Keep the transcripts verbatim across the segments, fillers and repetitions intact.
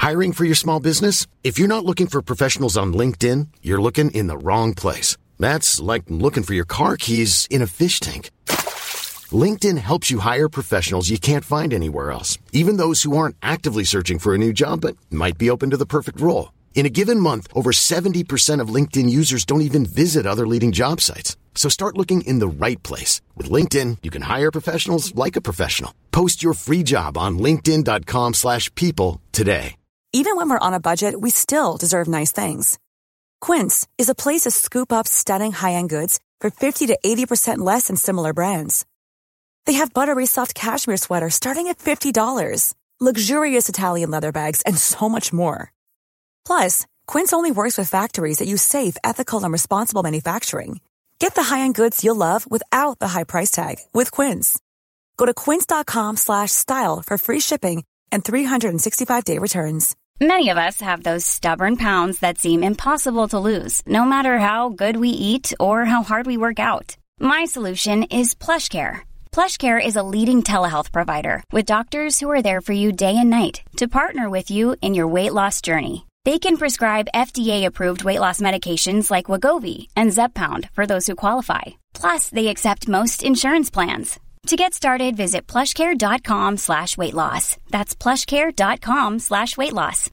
Hiring for your small business? If you're not looking for professionals on LinkedIn, you're looking in the wrong place. That's like looking for your car keys in a fish tank. LinkedIn helps you hire professionals you can't find anywhere else, even those who aren't actively searching for a new job but might be open to the perfect role. In a given month, over seventy percent of LinkedIn users don't even visit other leading job sites. So start looking in the right place. With LinkedIn, you can hire professionals like a professional. Post your free job on linkedin.com slash people today. Even when we're on a budget, we still deserve nice things. Quince is a place to scoop up stunning high-end goods for fifty to eighty percent less than similar brands. They have buttery soft cashmere sweaters starting at fifty dollars, luxurious Italian leather bags, and so much more. Plus, Quince only works with factories that use safe, ethical, and responsible manufacturing. Get the high-end goods you'll love without the high price tag with Quince. Go to quince.com slash style for free shipping and three sixty-five day returns. Many of us have those stubborn pounds that seem impossible to lose, no matter how good we eat or how hard we work out. My solution is PlushCare. PlushCare is a leading telehealth provider with doctors who are there for you day and night to partner with you in your weight loss journey. They can prescribe F D A-approved weight loss medications like Wegovy and Zepbound for those who qualify. Plus, they accept most insurance plans. To get started, visit plushcare.com slash weight loss. That's plushcare.com slash weight loss.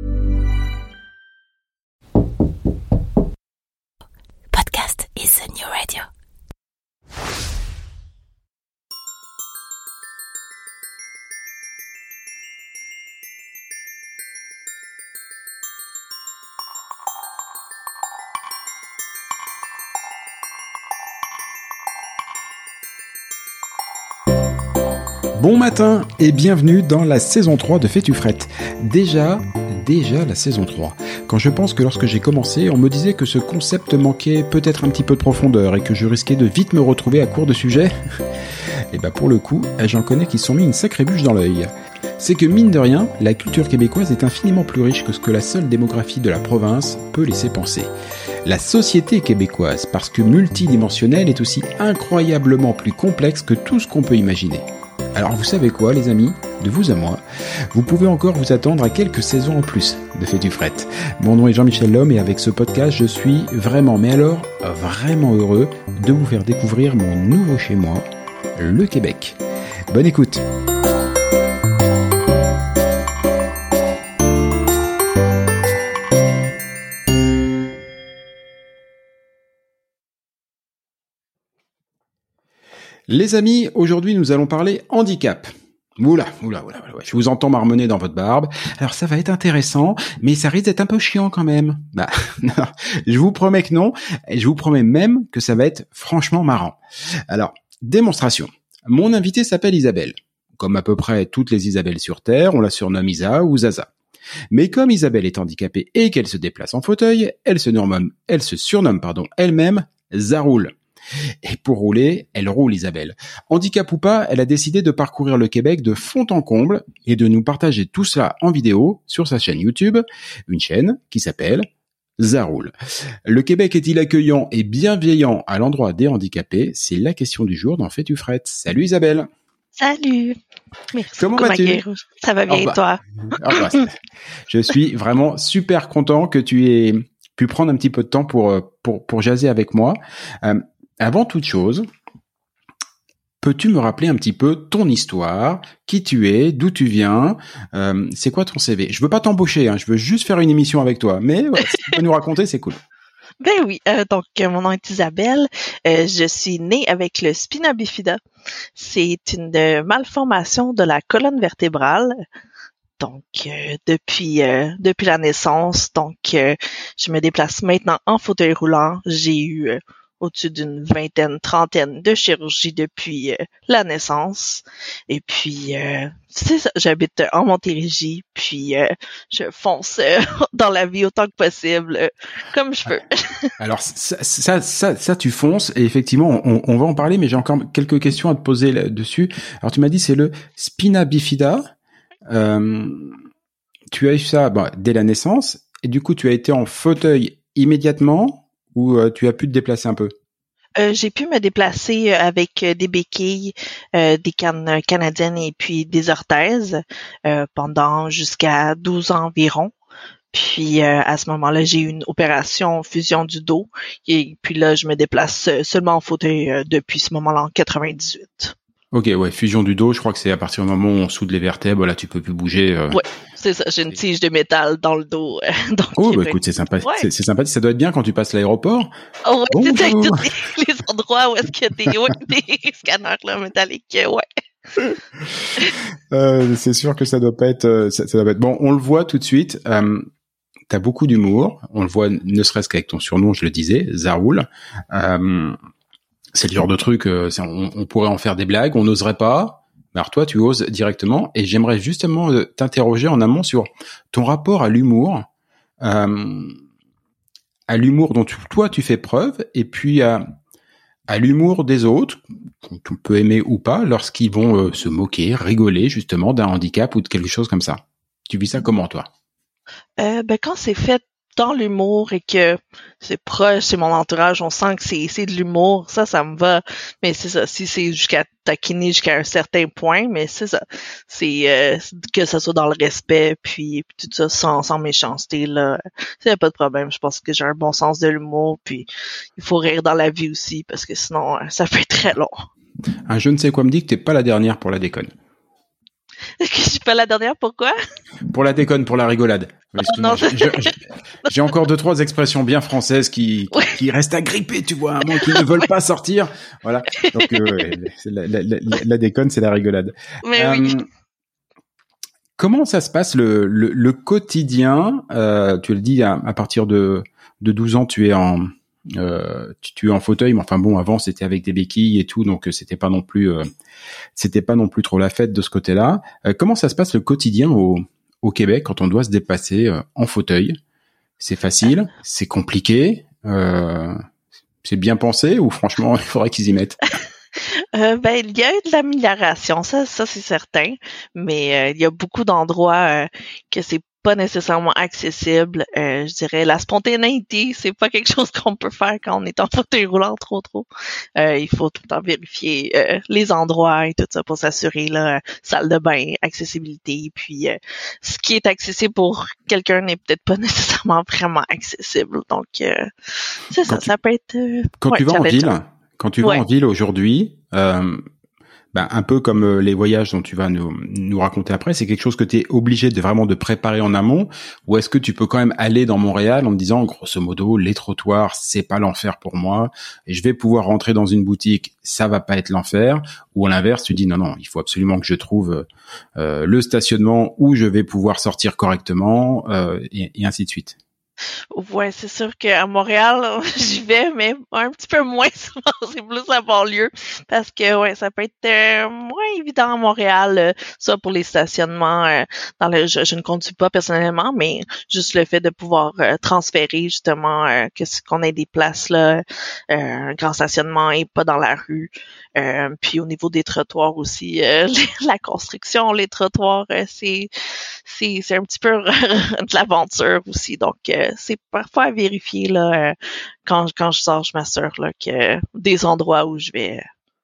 Podcast is the new radio. Bon matin et bienvenue dans la saison trois de Fais-tu frette. Déjà, déjà la saison trois. Quand je pense que lorsque j'ai commencé, on me disait que ce concept manquait peut-être un petit peu de profondeur et que je risquais de vite me retrouver à court de sujets, et bah pour le coup, j'en connais qui se sont mis une sacrée bûche dans l'œil. C'est que mine de rien, la culture québécoise est infiniment plus riche que ce que la seule démographie de la province peut laisser penser. La société québécoise, parce que multidimensionnelle, est aussi incroyablement plus complexe que tout ce qu'on peut imaginer. Alors vous savez quoi les amis, de vous à moi, vous pouvez encore vous attendre à quelques saisons en plus de Fais-tu frette. Mon nom est Jean-Michel Lhomme et avec ce podcast je suis vraiment, mais alors vraiment heureux de vous faire découvrir mon nouveau chez moi, le Québec. Bonne écoute. Les amis, aujourd'hui nous allons parler handicap. Oula, oula, oula, oula, je vous entends marmonner dans votre barbe. Alors ça va être intéressant, mais ça risque d'être un peu chiant quand même. Bah, non, je vous promets que non, et je vous promets même que ça va être franchement marrant. Alors, démonstration. Mon invitée s'appelle Isabelle. Comme à peu près toutes les Isabelles sur Terre, on la surnomme Isa ou Zaza. Mais comme Isabelle est handicapée et qu'elle se déplace en fauteuil, elle se surnomme, elle se surnomme, pardon, elle-même Zaroule. Et pour rouler, elle roule Isabelle. Handicap ou pas, elle a décidé de parcourir le Québec de fond en comble et de nous partager tout cela en vidéo sur sa chaîne YouTube, une chaîne qui s'appelle Zaroule. Le Québec est-il accueillant et bienveillant à l'endroit des handicapés? C'est la question du jour dans Fais-tu frette. Salut Isabelle. Salut. Merci. Comment vas-tu? Ça va bien, oh bah, et toi? oh bah, je suis vraiment super content que tu aies pu prendre un petit peu de temps pour pour pour jaser avec moi. Euh, Avant toute chose, peux-tu me rappeler un petit peu ton histoire, qui tu es, d'où tu viens, euh, c'est quoi ton C V? Je veux pas t'embaucher, hein, je veux juste faire une émission avec toi, mais ouais, si tu peux nous raconter, c'est cool. Ben oui, euh, donc euh, mon nom est Isabelle, euh, je suis née avec le spina bifida. C'est une euh, malformation de la colonne vertébrale. Donc euh, depuis euh, depuis la naissance, donc euh, je me déplace maintenant en fauteuil roulant. J'ai eu euh, au-dessus d'une vingtaine, trentaine de chirurgies depuis euh, la naissance. Et puis, euh, c'est ça, j'habite en Montérégie, puis euh, je fonce euh, dans la vie autant que possible, euh, comme je peux. Alors, ça, ça, ça, ça, tu fonces, et effectivement, on, on va en parler, mais j'ai encore quelques questions à te poser là-dessus. Alors, tu m'as dit, c'est le spina bifida. Euh, tu as eu ça bah, dès la naissance, et du coup, tu as été en fauteuil immédiatement, ou euh, tu as pu te déplacer un peu? Euh, j'ai pu me déplacer avec des béquilles, euh, des cannes canadiennes et puis des orthèses euh, pendant jusqu'à douze ans environ. Puis euh, à ce moment-là, j'ai eu une opération fusion du dos et puis là, je me déplace seulement en fauteuil euh, depuis ce moment-là en quatre-vingt-dix-huit. Ok, ouais, fusion du dos, je crois que c'est à partir du moment où on soude les vertèbres, là tu peux plus bouger. Euh... Ouais, c'est ça, j'ai une tige de métal dans le dos. Euh, donc, oh, bah écoute, c'est sympa, ouais. c'est, c'est sympathique, ça doit être bien quand tu passes l'aéroport. Oh ouais, Bonjour. C'est avec tous les, les endroits où est-ce qu'il y a des, ouais, des scanners là, métalliques, ouais. euh, c'est sûr que ça doit pas être, ça, ça doit pas être. Bon, on le voit tout de suite. Euh, t'as beaucoup d'humour. On le voit, ne serait-ce qu'avec ton surnom, je le disais, Zaroul. Euh, c'est le genre de truc, euh, on, on pourrait en faire des blagues, on n'oserait pas. Mais alors toi, tu oses directement. Et j'aimerais justement euh, t'interroger en amont sur ton rapport à l'humour, euh, à l'humour dont tu, toi tu fais preuve, et puis à à l'humour des autres, qu'on peut aimer ou pas, lorsqu'ils vont euh, se moquer, rigoler justement d'un handicap ou de quelque chose comme ça. Tu vis ça comment, toi? Euh, ben quand c'est fait dans l'humour et que c'est proche, c'est mon entourage, on sent que c'est c'est de l'humour, ça, ça me va. Mais c'est ça, si c'est jusqu'à taquiner jusqu'à un certain point, mais c'est ça, c'est euh, que ça soit dans le respect, puis, puis tout ça sans sans méchanceté là, c'est pas de problème. Je pense que j'ai un bon sens de l'humour, puis il faut rire dans la vie aussi parce que sinon ça peut être très long. Un je ne sais quoi me dit que t'es pas la dernière pour la déconne. Que je suis pas la dernière, pourquoi? Pour la déconne, pour la rigolade. Oh, non, je, je, je, j'ai encore deux, trois expressions bien françaises qui, qui, ouais. qui restent agrippées, tu vois, à moins qui ne veulent ouais. pas sortir. Voilà. Donc, euh, la, la, la, la déconne, c'est la rigolade. Mais euh, oui. Comment ça se passe le, le, le quotidien? Euh, tu le dis, à, à partir de, de douze ans, tu es en, euh, tu, tu es en fauteuil, mais enfin bon, avant c'était avec des béquilles et tout, donc c'était pas non plus, euh, c'était pas non plus trop la fête de ce côté-là. Euh, comment ça se passe le quotidien au au Québec quand on doit se déplacer euh, en fauteuil? C'est facile, c'est compliqué, euh, c'est bien pensé ou franchement il faudrait qu'ils y mettent? Euh, ben il y a eu de l'amélioration, ça, ça c'est certain, mais euh, il y a beaucoup d'endroits euh, que c'est pas nécessairement accessible. Euh, je dirais la spontanéité, c'est pas quelque chose qu'on peut faire quand on est en fauteuil roulant trop trop. Euh, il faut tout le temps vérifier euh, les endroits et tout ça pour s'assurer là, salle de bain, accessibilité. Puis euh, ce qui est accessible pour quelqu'un n'est peut-être pas nécessairement vraiment accessible. Donc euh, c'est ça, tu, ça peut être. Euh, quand ouais, tu vas en ville, quand tu vas ouais. en ville aujourd'hui. Euh, Ben, un peu comme euh, les voyages dont tu vas nous, nous raconter après, c'est quelque chose que tu es obligé de vraiment de préparer en amont, ou est-ce que tu peux quand même aller dans Montréal en te disant, grosso modo, les trottoirs, c'est pas l'enfer pour moi, et je vais pouvoir rentrer dans une boutique, ça va pas être l'enfer, ou à l'inverse, tu dis, non, non, il faut absolument que je trouve euh, le stationnement où je vais pouvoir sortir correctement, euh, et, et ainsi de suite. Ouais, c'est sûr qu'à Montréal, j'y vais, mais un petit peu moins souvent, c'est plus à banlieue, parce que ouais, ça peut être euh, moins évident à Montréal, euh, ça pour les stationnements. Euh, dans le, je, je ne conduis pas personnellement, mais juste le fait de pouvoir euh, transférer justement euh, que qu'on ait des places là, euh, un grand stationnement et pas dans la rue. Euh, puis au niveau des trottoirs aussi, euh, la construction, les trottoirs, euh, c'est c'est c'est un petit peu de l'aventure aussi, donc euh, c'est parfois à vérifier là euh, quand quand je sors, je m'assure là que des endroits où je vais.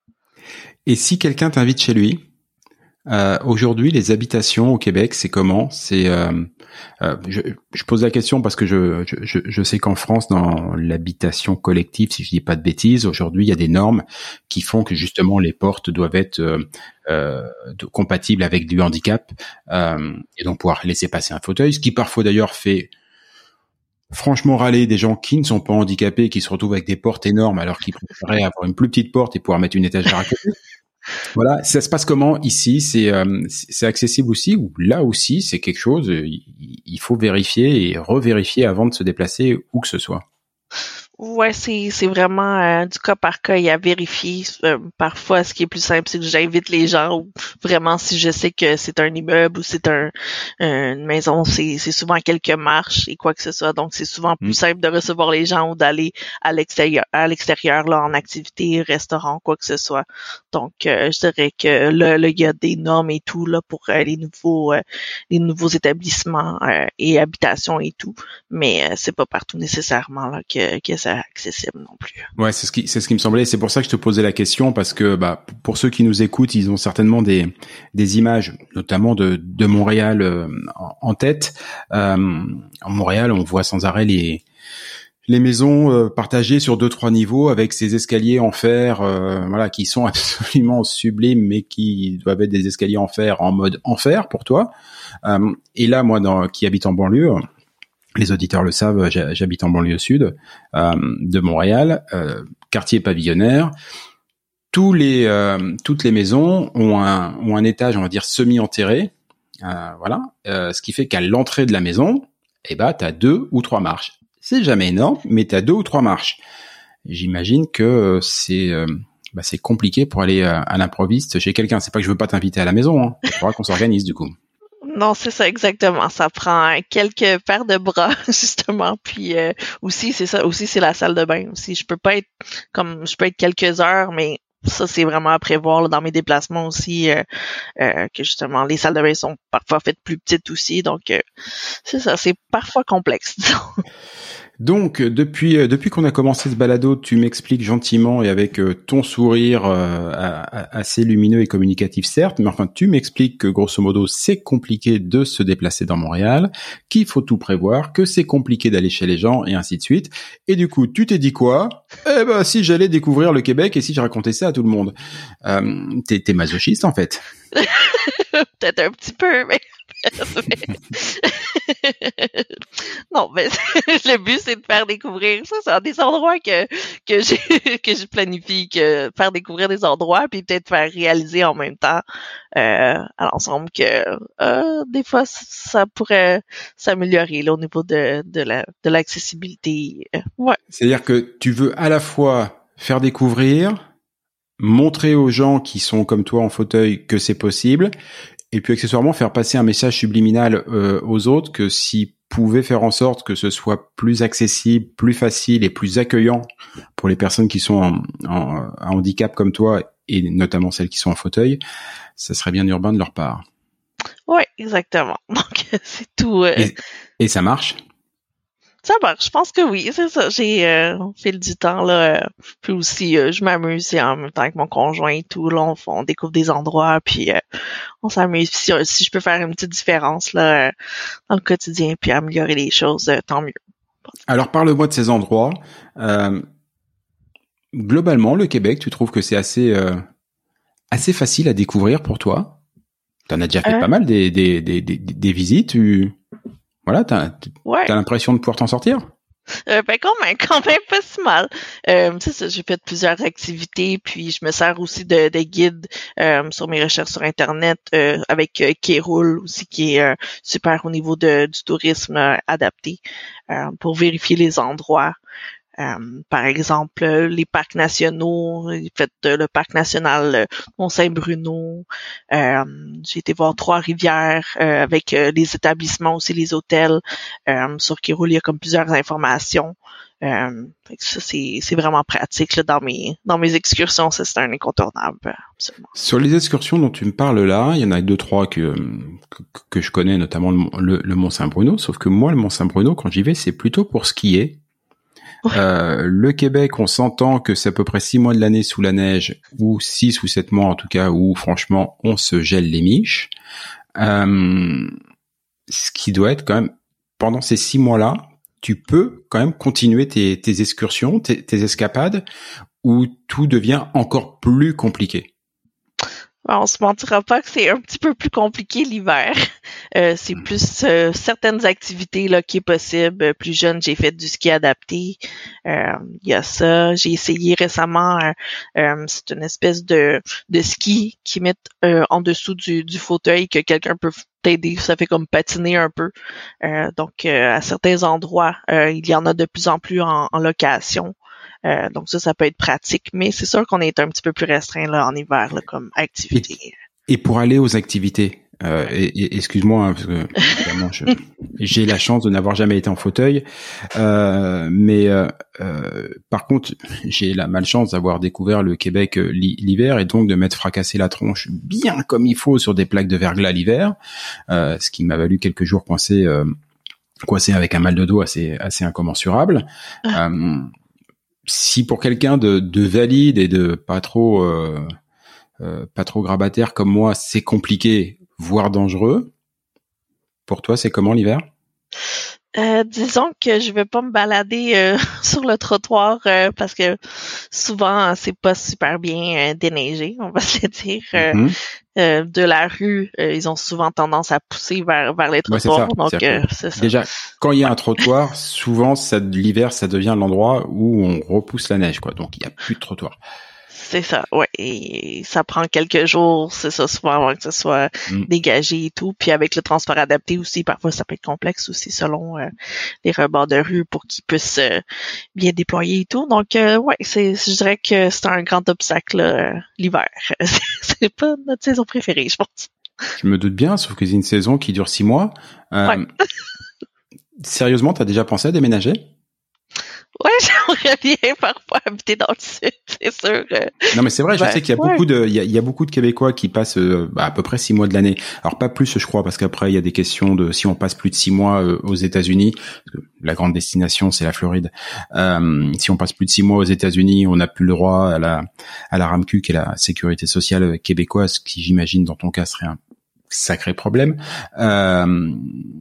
Et si quelqu'un t'invite chez lui, euh, aujourd'hui les habitations au Québec, c'est comment? C'est euh, euh, je, je pose la question parce que je je je sais qu'en France, dans l'habitation collective, si je dis pas de bêtises, aujourd'hui il y a des normes qui font que justement les portes doivent être euh, euh, de, compatibles avec du handicap euh, et donc pouvoir laisser passer un fauteuil, ce qui parfois d'ailleurs fait franchement râler des gens qui ne sont pas handicapés, qui se retrouvent avec des portes énormes alors qu'ils préféraient avoir une plus petite porte et pouvoir mettre une étagère à côté. Voilà, ça se passe comment ici? C'est euh, c'est accessible aussi ou là aussi c'est quelque chose il faut vérifier et revérifier avant de se déplacer où que ce soit? Ouais, c'est c'est vraiment euh, du cas par cas et à vérifier. Euh, parfois, ce qui est plus simple, c'est que j'invite les gens ou vraiment si je sais que c'est un immeuble ou c'est un une maison, c'est c'est souvent quelques marches et quoi que ce soit. Donc, c'est souvent plus mmh. simple de recevoir les gens ou d'aller à l'extérieur, à l'extérieur là en activité, restaurant, quoi que ce soit. Donc, euh, je dirais que là, là, il y a des normes et tout là pour euh, les nouveaux euh, les nouveaux établissements euh, et habitations et tout, mais euh, c'est pas partout nécessairement là que que ça accessible non plus. Ouais, c'est ce qui c'est ce qui me semblait. C'est pour ça que je te posais la question, parce que bah pour ceux qui nous écoutent, ils ont certainement des des images, notamment de de Montréal euh, en, en tête. Euh, en Montréal, on voit sans arrêt les les maisons euh, partagées sur deux trois niveaux avec ces escaliers en fer, euh, voilà, qui sont absolument sublimes, mais qui doivent être des escaliers en fer en mode enfer pour toi. Euh, et là, moi, dans, qui habite en banlieue, les auditeurs le savent, j'habite en banlieue sud euh, de Montréal, euh, quartier pavillonnaire. Tous les euh, toutes les maisons ont un ont un étage, on va dire semi-enterré, euh, voilà, euh, ce qui fait qu'à l'entrée de la maison, eh ben, t'as deux ou trois marches. C'est jamais énorme, mais t'as deux ou trois marches. J'imagine que c'est euh, bah, c'est compliqué pour aller à, à l'improviste chez quelqu'un. C'est pas que je veux pas t'inviter à la maison, hein. Il faudra qu'on s'organise du coup. Non, c'est ça exactement. Ça prend quelques paires de bras justement. Puis euh, aussi, c'est ça. Aussi, c'est la salle de bain. Aussi, je peux pas être comme je peux être quelques heures, mais ça, c'est vraiment à prévoir là, dans mes déplacements aussi, euh, euh, que justement, les salles de bain sont parfois faites plus petites aussi. Donc, euh, c'est ça, c'est parfois complexe, disons. Donc, depuis depuis qu'on a commencé ce balado, tu m'expliques gentiment et avec euh, ton sourire euh, assez lumineux et communicatif, certes, mais enfin, tu m'expliques que grosso modo, c'est compliqué de se déplacer dans Montréal, qu'il faut tout prévoir, que c'est compliqué d'aller chez les gens et ainsi de suite. Et du coup, tu t'es dit quoi ? Eh ben, si j'allais découvrir le Québec et si je racontais ça à tout le monde. Euh, t'es, t'es masochiste, en fait. Peut-être un petit peu, mais... non, mais le but c'est de faire découvrir ça, c'est des endroits que que j'ai que je planifie, que faire découvrir des endroits puis peut-être faire réaliser en même temps euh, à l'ensemble que euh, des fois ça pourrait s'améliorer là au niveau de de la de l'accessibilité. Ouais. C'est-à-dire que tu veux à la fois faire découvrir, montrer aux gens qui sont comme toi en fauteuil que c'est possible. Et puis accessoirement faire passer un message subliminal euh, aux autres que s'ils pouvaient faire en sorte que ce soit plus accessible, plus facile et plus accueillant pour les personnes qui sont en, en, en handicap comme toi et notamment celles qui sont en fauteuil, ça serait bien urbain de leur part. Oui, exactement. Donc c'est tout. Euh... Et, et ça marche? Ça marche, je pense que oui, c'est ça. J'ai euh, fait du temps là, euh, puis aussi euh, je m'amuse en même temps avec mon conjoint et tout. Là, on, on découvre des endroits, puis euh, on s'amuse. Puis si, si je peux faire une petite différence là euh, dans le quotidien, puis améliorer les choses, euh, tant mieux. Alors parle-moi de ces endroits. Euh, globalement, le Québec, tu trouves que c'est assez euh, assez facile à découvrir pour toi? T'en as déjà fait euh... pas mal des des des des, des visites. Tu... Voilà, t'as, ouais. t'as l'impression de pouvoir t'en sortir? Euh, ben quand même, quand même pas si mal. Euh, c'est ça, j'ai fait plusieurs activités, puis je me sers aussi de, de guides euh, sur mes recherches sur Internet euh, avec euh, Kéroul aussi, qui est euh, super au niveau de, du tourisme euh, adapté euh, pour vérifier les endroits. Euh, par exemple, les parcs nationaux, j'ai fait euh, le parc national euh, Mont-Saint-Bruno. Euh, j'ai été voir Trois-Rivières euh, avec euh, les établissements aussi, les hôtels. Euh, sur Kéroul, il y a comme plusieurs informations. Euh, ça, c'est, c'est vraiment pratique là, dans mes dans mes excursions. Ça, c'est un incontournable. Absolument. Sur les excursions dont tu me parles là, il y en a deux trois que que, que je connais, notamment le, le, le Mont-Saint-Bruno. Sauf que moi, le Mont-Saint-Bruno, quand j'y vais, c'est plutôt pour skier. Ouais. Euh, le Québec, on s'entend que c'est à peu près six mois de l'année sous la neige, ou six ou sept mois en tout cas, où franchement on se gèle les miches. Euh, ce qui doit être quand même, pendant ces six mois-là, tu peux quand même continuer tes, tes excursions, tes, tes escapades, où tout devient encore plus compliqué. On se mentira pas que c'est un petit peu plus compliqué l'hiver. Euh, c'est plus euh, certaines activités là qui est possible. Plus jeune, j'ai fait du ski adapté. Il euh, y a ça. J'ai essayé récemment. Euh, euh, c'est une espèce de de ski qui met euh, en dessous du, du fauteuil que quelqu'un peut t'aider. Ça fait comme patiner un peu. Euh, donc euh, à certains endroits, euh, il y en a de plus en plus en, en location. Euh, donc ça, ça peut être pratique, mais c'est sûr qu'on est un petit peu plus restreint là en hiver là, comme activité. Et, et pour aller aux activités, euh, et, et, excuse-moi hein, parce que évidemment, je, j'ai la chance de n'avoir jamais été en fauteuil, euh, mais euh, euh, par contre j'ai la malchance d'avoir découvert le Québec l'hiver et donc de m'être fracassé la tronche bien comme il faut sur des plaques de verglas l'hiver, euh, ce qui m'a valu quelques jours coincé, euh, coincé avec un mal de dos assez assez incommensurable. Ah. Euh, si pour quelqu'un de, de valide et de pas trop, euh, euh, pas trop grabataire comme moi, c'est compliqué, voire dangereux. Pour toi, c'est comment l'hiver? Euh, disons que je vais pas me balader euh, sur le trottoir euh, parce que souvent c'est pas super bien euh, déneigé, on va se le dire. Euh, Mm-hmm. euh, de la rue, euh, ils ont souvent tendance à pousser vers vers les Ouais, c'est trottoirs, ça. donc C'est-à-dire euh, que c'est ça. déjà, quand il y a un trottoir, souvent, ça, l'hiver, ça devient l'endroit où on repousse la neige, quoi. Donc, il y a plus de trottoir. C'est ça, ouais. Et ça prend quelques jours, c'est ça, souvent avant que ce soit Mm. dégagé et tout. Puis avec le transport adapté aussi, parfois ça peut être complexe aussi selon euh, les rebords de rue pour qu'ils puissent euh, bien déployer et tout. Donc euh, ouais, c'est, je dirais que c'est un grand obstacle là, euh, l'hiver. C'est pas notre saison préférée, je pense. Je me doute bien, sauf que c'est une saison qui dure six mois. Euh, Ouais. Sérieusement, t'as déjà pensé à déménager? Ouais, j'aimerais bien parfois habiter dans le sud, c'est sûr. euh. Non, mais c'est vrai, je Ben, sais qu'il y a ouais. beaucoup de, il y a, il y a beaucoup de Québécois qui passent euh, bah, à peu près six mois de l'année. Alors pas plus, je crois, parce qu'après il y a des questions de si on passe plus de six mois euh, aux États-Unis, parce que la grande destination c'est la Floride. Euh, si on passe plus de six mois aux États-Unis, on n'a plus le droit à la à la RAMQ, qui est la sécurité sociale québécoise, qui j'imagine dans ton cas serait un sacré problème. Euh,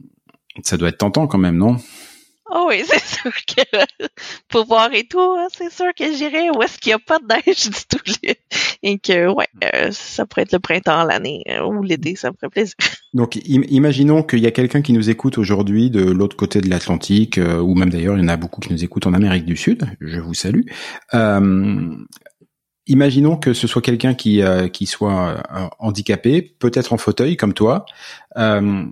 ça doit être tentant quand même, non? Oh oui, c'est sûr que pour voir et tout, hein, c'est sûr que j'irai où est-ce qu'il n'y a pas de neige du tout. Et que, ouais, euh, ça pourrait être le printemps, l'année euh, ou l'été, ça me ferait plaisir. Donc, im- imaginons qu'il y a quelqu'un qui nous écoute aujourd'hui de l'autre côté de l'Atlantique, euh, ou même d'ailleurs, il y en a beaucoup qui nous écoutent en Amérique du Sud. Je vous salue. Euh, imaginons que ce soit quelqu'un qui euh, qui soit euh, handicapé, peut-être en fauteuil comme toi, euh,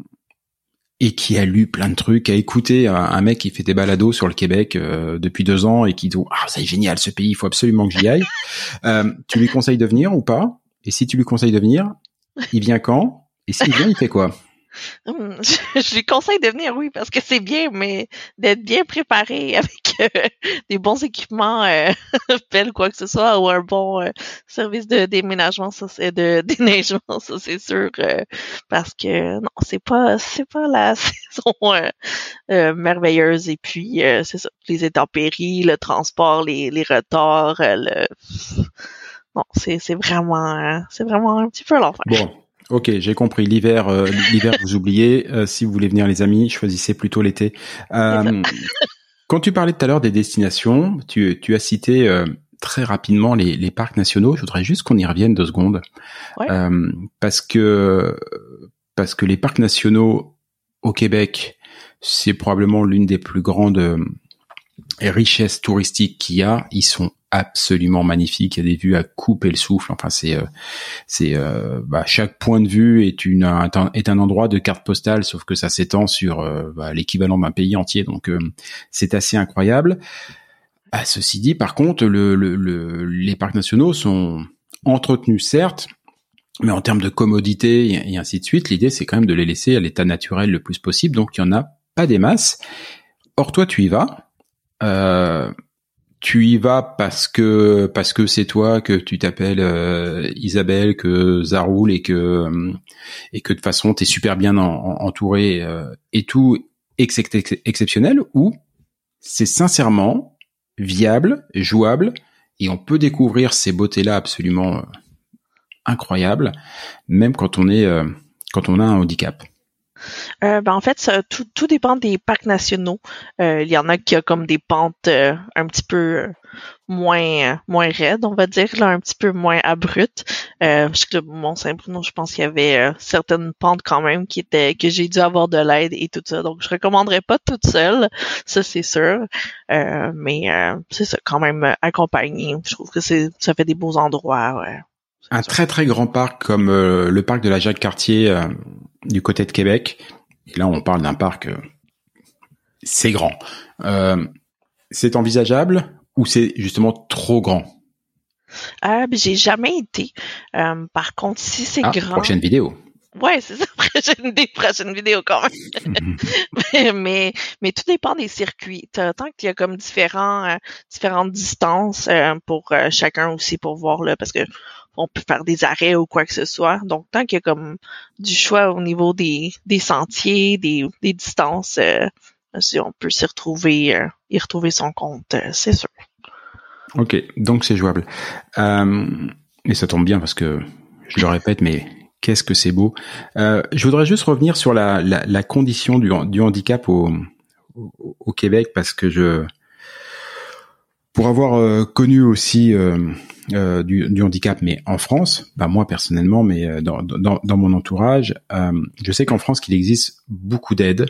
et qui a lu plein de trucs, a écouté un, un mec qui fait des balados sur le Québec euh, depuis deux ans et qui dit ah c'est génial ce pays, il faut absolument que j'y aille. Euh, tu lui conseilles de venir ou pas? Et si tu lui conseilles de venir, il vient quand? Et s'il vient, il fait quoi? Hum, je, je lui conseille de venir, oui, parce que c'est bien, mais d'être bien préparé avec euh, des bons équipements, euh, pelle quoi que ce soit, ou un bon euh, service de déménagement, ça, c'est de déneigement, ça c'est sûr, euh, parce que non, c'est pas, c'est pas la saison euh, euh, merveilleuse. Et puis euh, c'est ça, les intempéries, le transport, les, les retards, euh, le non, c'est c'est vraiment, euh, c'est vraiment un petit peu l'enfer. Bon. Ok, j'ai compris. L'hiver, euh, l'hiver, vous oubliez. Euh, si vous voulez venir, les amis, choisissez plutôt l'été. Euh, quand tu parlais tout à l'heure des destinations, tu, tu as cité euh, très rapidement les, les parcs nationaux. Je voudrais juste qu'on y revienne deux secondes, Ouais. euh, parce que parce que les parcs nationaux au Québec, c'est probablement l'une des plus grandes euh, richesses touristiques qu'il y a. Ils sont absolument magnifiques. Il y a des vues à couper le souffle. Enfin, c'est euh, c'est euh, bah, chaque point de vue est une un, est un endroit de carte postale, sauf que ça s'étend sur euh, bah, l'équivalent d'un pays entier. Donc euh, c'est assez incroyable. Ah, ceci dit, par contre, le, le, le, les parcs nationaux sont entretenus certes, mais en termes de commodité et, et ainsi de suite, l'idée c'est quand même de les laisser à l'état naturel le plus possible. Donc il y en a pas des masses. Or toi, tu y vas. Euh, Tu y vas parce que parce que c'est toi, que tu t'appelles euh, Isabelle, que ça roule et que euh, et que de toute façon t'es super bien en, en, entouré euh, et tout ex- ex- exceptionnel, ou c'est sincèrement viable, jouable et on peut découvrir ces beautés-là absolument euh, incroyables, même quand on est euh, quand on a un handicap. Euh, ben en fait, ça, tout, tout dépend des parcs nationaux. Euh, il y en a qui a comme des pentes euh, un petit peu euh, moins euh, moins raides, on va dire, là, un petit peu moins abruptes. Euh, je- le Mont-Saint-Bruno, je pense qu'il y avait euh, certaines pentes quand même qui étaient que j'ai dû avoir de l'aide et tout ça. Donc je recommanderais pas toute seule, ça c'est sûr. Euh, mais euh, c'est ça, quand même euh, accompagné. Je trouve que c'est ça fait des beaux endroits. Ouais. Un très très grand parc comme euh, le parc de la Jacques-Cartier euh, du côté de Québec. Et là, on parle d'un parc, euh, c'est grand. Euh, c'est envisageable ou c'est justement trop grand? Euh, ben, j'ai jamais été. Euh, par contre, si c'est Ah, grand. prochaine vidéo. Ouais, c'est ça, prochaine, des prochaines vidéos quand même. mais, mais, mais tout dépend des circuits. T'as- Tant qu'il y a comme différents, euh, différentes distances euh, pour euh, chacun aussi pour voir là, parce que on peut faire des arrêts ou quoi que ce soit. Donc, tant qu'il y a comme du choix au niveau des, des sentiers, des, des distances, euh, si on peut s'y retrouver, euh, y retrouver son compte, euh, c'est sûr. Ok, donc c'est jouable. Euh, et ça tombe bien parce que je le répète, mais qu'est-ce que c'est beau. Euh, je voudrais juste revenir sur la, la, la condition du, du handicap au, au, au Québec parce que je, pour avoir euh, connu aussi euh, euh, du, du handicap, mais en France, bah moi personnellement, mais dans, dans, dans mon entourage, euh, je sais qu'en France qu'il existe beaucoup d'aides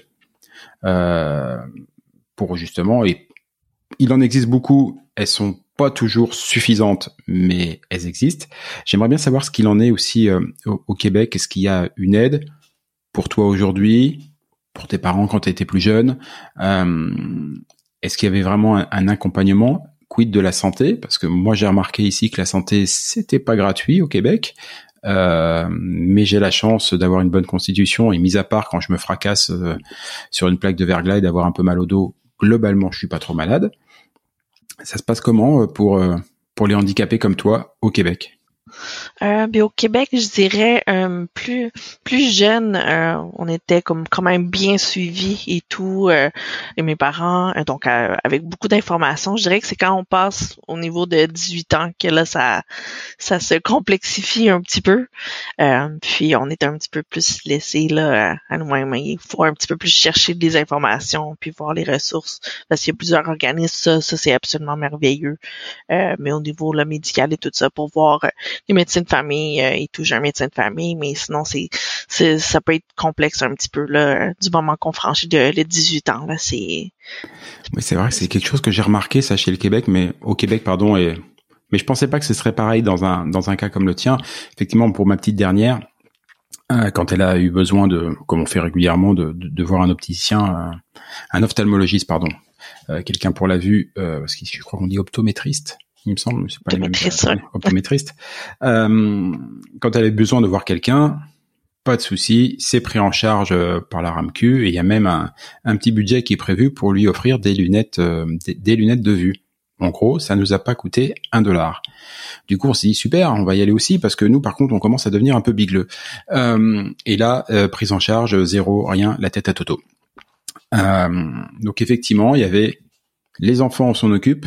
euh, pour justement, et il en existe beaucoup. Elles sont pas toujours suffisantes, mais elles existent. J'aimerais bien savoir ce qu'il en est aussi euh, au, au Québec. Est-ce qu'il y a une aide pour toi aujourd'hui, pour tes parents quand tu étais plus jeune? euh, Est-ce qu'il y avait vraiment un, un accompagnement? Quid de la santé? Parce que moi, j'ai remarqué ici que la santé, c'était pas gratuit au Québec. Euh, mais j'ai la chance d'avoir une bonne constitution et mis à part quand je me fracasse euh, sur une plaque de verglas et d'avoir un peu mal au dos, globalement, je suis pas trop malade. Ça se passe comment pour pour les handicapés comme toi au Québec? Euh, ben, au Québec, je dirais euh, plus plus jeune, euh, on était comme quand même bien suivis et tout, euh, et mes parents, euh, donc euh, avec beaucoup d'informations. Je dirais que c'est quand on passe au niveau de dix-huit ans que là ça ça se complexifie un petit peu. Euh, puis on est un petit peu plus laissé là à, à nous-mêmes. Il faut un petit peu plus chercher des informations puis voir les ressources parce qu'il y a plusieurs organismes. Ça, ça c'est absolument merveilleux. Euh, mais au niveau là médical et tout ça pour voir euh, les médecins de famille euh, et tout, j'ai un médecin de famille, mais sinon c'est, c'est ça peut être complexe un petit peu là du moment qu'on franchit de les dix-huit ans là, c'est. Oui, c'est vrai, c'est quelque chose que j'ai remarqué ça chez le Québec, mais au Québec pardon, et mais je pensais pas que ce serait pareil dans un dans un cas comme le tien. Effectivement, pour ma petite dernière, euh, quand elle a eu besoin de, comme on fait régulièrement, de de, de voir un opticien, euh, un ophtalmologiste pardon, euh, quelqu'un pour la vue, euh, parce que je crois qu'on dit optométriste. Il me semble, mais c'est pas les mêmes Optométriste, ouais. Optométriste. Euh, quand elle avait besoin de voir quelqu'un, pas de souci, c'est pris en charge par la RAMQ et il y a même un, un petit budget qui est prévu pour lui offrir des lunettes, euh, des, des lunettes de vue. En gros, ça nous a pas coûté un dollar. Du coup, on s'est dit super, on va y aller aussi parce que nous, par contre, on commence à devenir un peu bigleux. Euh, et là, euh, prise en charge, zéro, rien, la tête à Toto. Euh, donc effectivement, il y avait les enfants, on s'en occupe.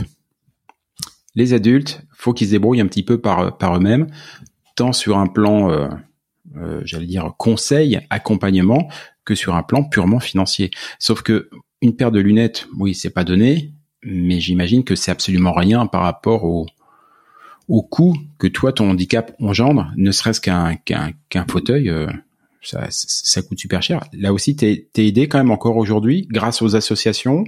Les adultes, faut qu'ils se débrouillent un petit peu par par eux-mêmes, tant sur un plan, euh, euh, j'allais dire conseil, accompagnement, que sur un plan purement financier. Sauf que une paire de lunettes, oui, c'est pas donné, mais j'imagine que c'est absolument rien par rapport au au coût que toi ton handicap engendre, ne serait-ce qu'un qu'un qu'un fauteuil, euh, ça ça coûte super cher. Là aussi, t'es t'es aidé quand même encore aujourd'hui grâce aux associations.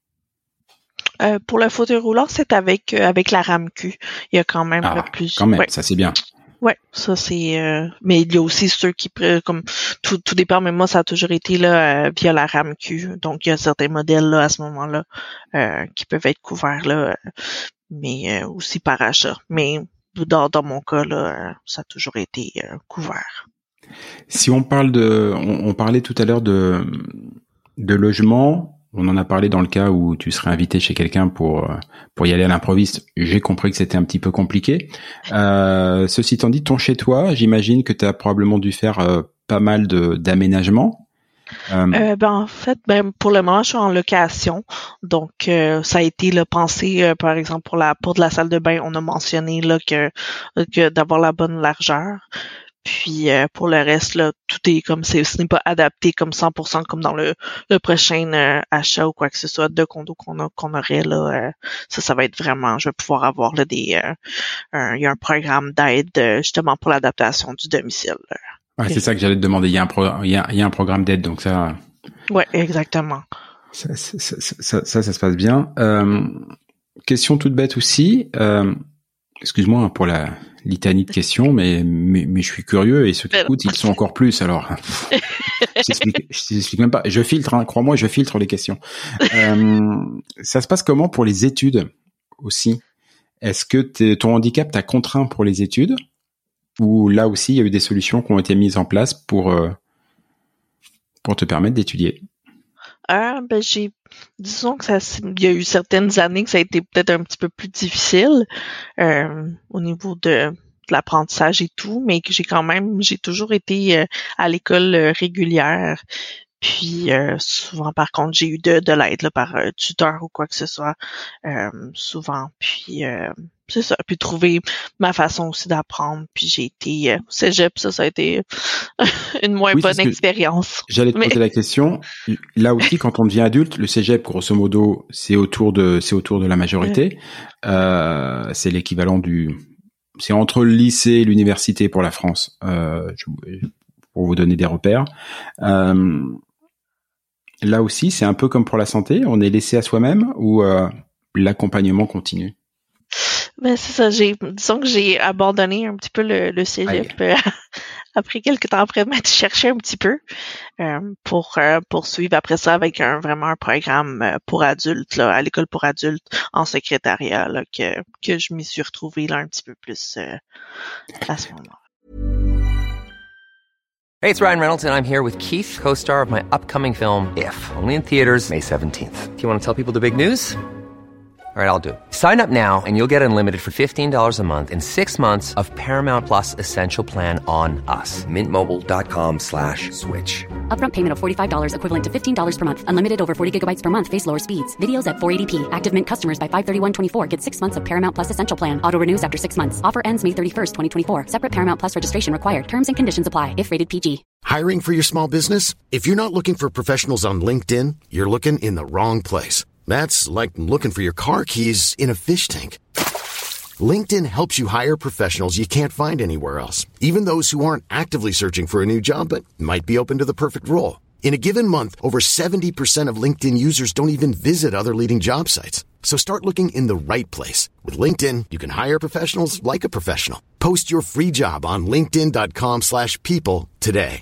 Euh, pour le fauteuil roulant, c'est avec euh, avec la RAMQ. Il y a quand même Ah, le plus. quand même, ouais. ça c'est bien. Ouais, ça c'est. Euh... Mais il y a aussi ceux qui, comme tout, tout dépend. Mais moi, ça a toujours été là euh, via la RAMQ. Donc il y a certains modèles là à ce moment-là euh, qui peuvent être couverts là, euh, mais euh, aussi par achat. Mais dans dans mon cas là, euh, ça a toujours été euh, couvert. Si on parle de, on, on parlait tout à l'heure de de logement. On en a parlé dans le cas où tu serais invité chez quelqu'un pour pour y aller à l'improviste. J'ai compris que c'était un petit peu compliqué. Euh, ceci étant dit, ton chez toi, j'imagine que tu as probablement dû faire euh, pas mal de d'aménagements. Euh... Euh, ben en fait, ben pour le moment, je suis en location, donc euh, ça a été là, pensé, euh, par exemple pour la pour de la salle de bain, on a mentionné là que que d'avoir la bonne largeur. Puis euh, pour le reste, là, tout est comme c'est, ce n'est pas adapté comme cent pour cent comme dans le, le prochain euh, achat ou quoi que ce soit de condo qu'on a qu'on aurait là. Euh, ça, ça va être vraiment, je vais pouvoir avoir là des, euh, un, il y a un programme d'aide euh, justement pour l'adaptation du domicile. Ouais, c'est ça que j'allais te demander. Il y a un pro, il y a, il y a un programme d'aide, donc ça. Ouais, exactement. Ça, ça, ça, ça, ça, ça se passe bien. Euh, question toute bête aussi. Euh, excuse-moi pour la litanie de questions, mais, mais, mais je suis curieux et ceux qui écoutent, ils sont encore plus. Alors, je t'explique, je t'explique même pas. Je filtre, hein, crois-moi, je filtre les questions. Euh, ça se passe comment pour les études aussi? Est-ce que t'es, ton handicap t'a contraint pour les études ou là aussi il y a eu des solutions qui ont été mises en place pour euh, pour te permettre d'étudier? Ah, ben j'ai, disons que ça, il y a eu certaines années que ça a été peut-être un petit peu plus difficile euh, au niveau de, de l'apprentissage et tout, mais que j'ai quand même, j'ai toujours été euh, à l'école euh, régulière. Puis euh, souvent, par contre, j'ai eu de, de l'aide là, par euh, tuteur ou quoi que ce soit, euh, souvent. Puis euh, c'est ça. Puis trouver ma façon aussi d'apprendre. Puis j'ai été euh, au cégep, ça, ça a été une moins Oui, bonne expérience. J'allais te Mais... poser la question. Là aussi, quand on devient adulte, le cégep, grosso modo, c'est autour de, c'est autour de la majorité. Euh, c'est l'équivalent du, c'est entre le lycée et l'université pour la France. Euh, je, pour vous donner des repères. Euh, là aussi, c'est un peu comme pour la santé. On est laissé à soi-même ou euh, l'accompagnement continue? Ben c'est ça, j'ai disons que j'ai abandonné un petit peu le, le cégep euh, après quelques temps après m'être cherché un petit peu euh, pour euh, poursuivre après ça avec un vraiment un programme euh, pour adultes là, à l'école pour adultes en secrétariat là, que que je m'y suis retrouvée là un petit peu plus euh, à ce moment-là. Hey, it's Ryan Reynolds and I'm here with Keith, co-star of my upcoming film If, only in theaters May seventeenth. Do you want to tell people the big news? All right, I'll do it. Sign up now and you'll get unlimited for fifteen dollars a month and six months of Paramount Plus Essential Plan on us. Mint Mobile dot com slash switch. Upfront payment of forty-five dollars equivalent to fifteen dollars per month. Unlimited over forty gigabytes per month. Face lower speeds. Videos at four eighty p. Active Mint customers by five thirty-one twenty-four get six months of Paramount Plus Essential Plan. Auto renews after six months. Offer ends May thirty-first, twenty twenty-four. Separate Paramount Plus registration required. Terms and conditions apply if rated P G. Hiring for your small business? If you're not looking for professionals on LinkedIn, you're looking in the wrong place. That's like looking for your car keys in a fish tank. LinkedIn helps you hire professionals you can't find anywhere else, even those who aren't actively searching for a new job but might be open to the perfect role. In a given month, over seventy percent of LinkedIn users don't even visit other leading job sites. So start looking in the right place. With LinkedIn, you can hire professionals like a professional. Post your free job on linkedin dot com slash people today.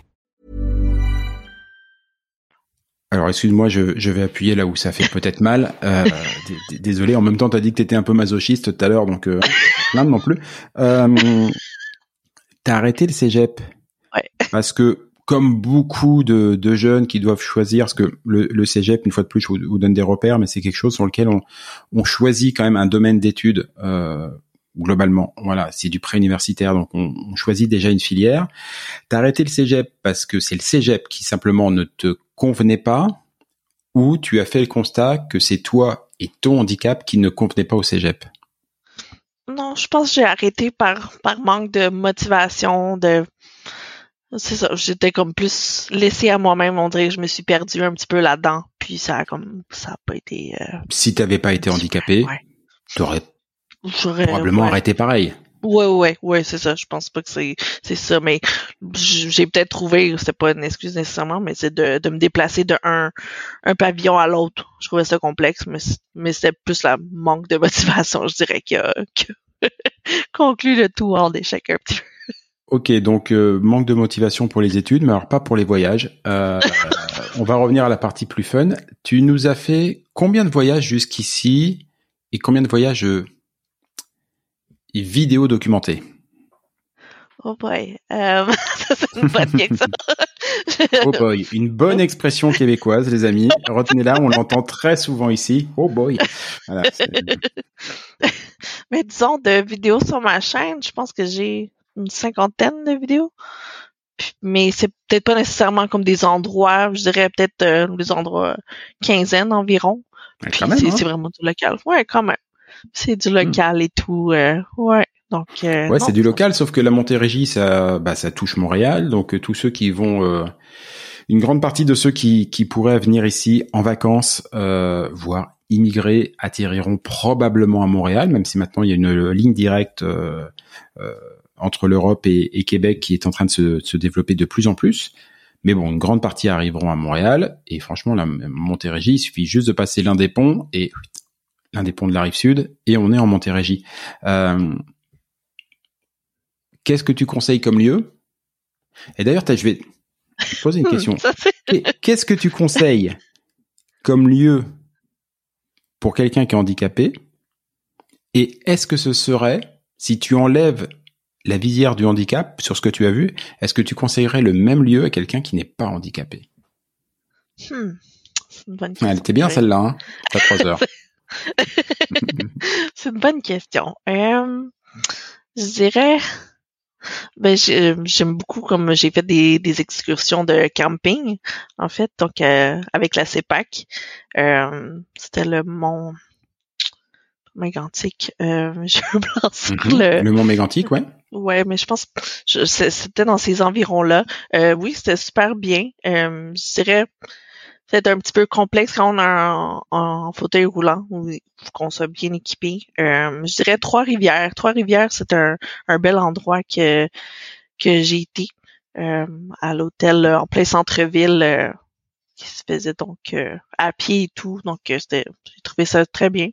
Alors, excuse-moi, je, je vais appuyer là où ça fait peut-être mal. Euh, d- d- désolé, en même temps, t'as dit que t'étais un peu masochiste tout à l'heure, donc euh, plein non plus. Euh, t'as arrêté le cégep. Ouais. Parce que, comme beaucoup de, de jeunes qui doivent choisir, parce que le, le cégep, une fois de plus, je vous, vous donne des repères, mais c'est quelque chose sur lequel on, on choisit quand même un domaine d'études euh, globalement. Voilà, c'est du pré-universitaire, donc on, on choisit déjà une filière. T'as arrêté le cégep parce que c'est le cégep qui simplement ne te convenait pas, ou tu as fait le constat que c'est toi et ton handicap qui ne convenaient pas au cégep? Non, je pense que j'ai arrêté par par manque de motivation, de c'est ça, j'étais comme plus laissée à moi-même, on dirait que je me suis perdue un petit peu là-dedans, puis ça a comme ça a pas été euh, Si t'avais pas été handicapé, ouais. t'aurais J'aurais probablement ouais. arrêté pareil. Ouais, ouais, ouais, c'est ça. Je pense pas que c'est c'est ça, mais j'ai peut-être trouvé, c'est pas une excuse nécessairement, mais c'est de, de me déplacer de un un pavillon à l'autre. Je trouvais ça complexe, mais mais c'était plus la manque de motivation, je dirais, qui a, qui a conclu le tout en échec un petit peu. Ok, donc euh, manque de motivation pour les études, mais alors pas pour les voyages. Euh, on va revenir à la partie plus fun. Tu nous as fait combien de voyages jusqu'ici et combien de voyages euh, vidéo documentés? Oh boy, euh, ça c'est une bonne question. Oh boy, une bonne expression québécoise, les amis. Retenez-la, on l'entend très souvent ici. Oh boy. Voilà, mais disons, de vidéos sur ma chaîne, je pense que j'ai une cinquantaine de vidéos. Mais c'est peut-être pas nécessairement comme des endroits, je dirais peut-être euh, des endroits quinzaine environ. Ouais, Puis quand même, c'est, hein? c'est vraiment du local. Ouais, quand même. C'est du local hmm. et tout. Euh, ouais. Donc. Euh, ouais, non, c'est du local, sauf que la Montérégie, ça, bah, ça touche Montréal. Donc euh, tous ceux qui vont, euh, une grande partie de ceux qui qui pourraient venir ici en vacances, euh, voire immigrer, atterriront probablement à Montréal, même si maintenant il y a une ligne directe euh, euh, entre l'Europe et, et Québec qui est en train de se, de se développer de plus en plus. Mais bon, une grande partie arriveront à Montréal. Et franchement, la Montérégie, il suffit juste de passer l'un des ponts et l'un des ponts de la Rive-Sud et on est en Montérégie. Euh, qu'est-ce que tu conseilles comme lieu? Et d'ailleurs, je vais te poser une question. Qu'est-ce que tu conseilles comme lieu pour quelqu'un qui est handicapé? Et est-ce que ce serait, si tu enlèves la visière du handicap sur ce que tu as vu, est-ce que tu conseillerais le même lieu à quelqu'un qui n'est pas handicapé? Hmm. C'est une bonne question. Elle était bien celle-là, hein? T'as trois heures. C'est une bonne question. Euh, je dirais, Ben j'ai- j'aime beaucoup comme j'ai fait des, des excursions de camping en fait donc euh, avec la CEPAC. Euh, c'était le mont Mégantic. Euh, j'ai un blanc sur Mhm. le Le Mont Mégantic, ouais. ouais mais je pense je, c'est- c'était dans ces environs-là. Euh, oui c'était super bien. Euh, je dirais c'est un petit peu complexe quand on est en, en fauteuil roulant ou faut qu'on soit bien équipé. Euh, je dirais Trois-Rivières. Trois-Rivières, c'est un, un bel endroit que que j'ai été euh, à l'hôtel euh, en plein centre-ville euh, qui se faisait donc euh, à pied et tout. Donc euh, c'était j'ai trouvé ça très bien.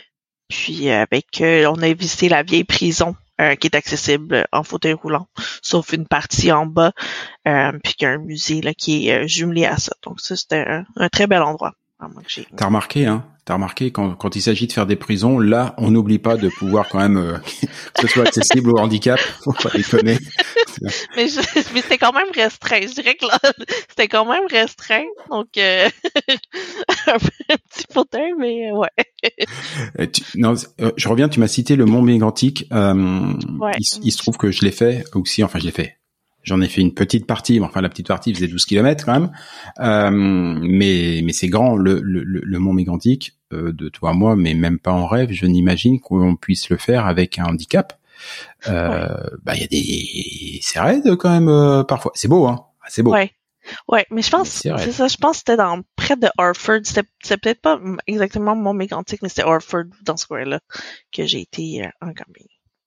Puis euh, avec euh, on a visité la vieille prison euh, qui est accessible en fauteuil roulant, sauf une partie en bas, euh, puis qu'il y a un musée là qui est euh, jumelé à ça. Donc ça c'était un, un très bel endroit. Vraiment que j'ai aimé. T'as remarqué, hein T'as remarqué quand, quand il s'agit de faire des prisons, là, on n'oublie pas de pouvoir quand même euh, que ce soit accessible au handicap. Faut pas déconner. Mais, je, mais c'était quand même restreint. Je dirais que là, c'était quand même restreint. Donc, euh, un, un petit fauteuil, mais ouais. Euh, tu- non, euh, je reviens. Tu m'as cité le Mont Mégantic. Euh, Ouais. il, s- il se trouve que je l'ai fait aussi. Enfin, je l'ai fait. J'en ai fait une petite partie. Enfin, la petite partie faisait douze kilomètres quand même. Euh, mais mais c'est grand. Le, le, le le Mont Mégantic, euh, de toi à moi, mais même pas en rêve. Je n'imagine qu'on puisse le faire avec un handicap. Euh, bah, il y a des, c'est raide quand même euh, parfois. C'est beau, hein. Ah, c'est beau. Ouais. Ouais, mais je pense, Mais c'est vrai. c'est ça, je pense que c'était dans, près de Harford. C'était, c'était peut-être pas exactement Mont Mégantic, mais c'était Harford, dans ce coin-là, que j'ai été euh, en camping.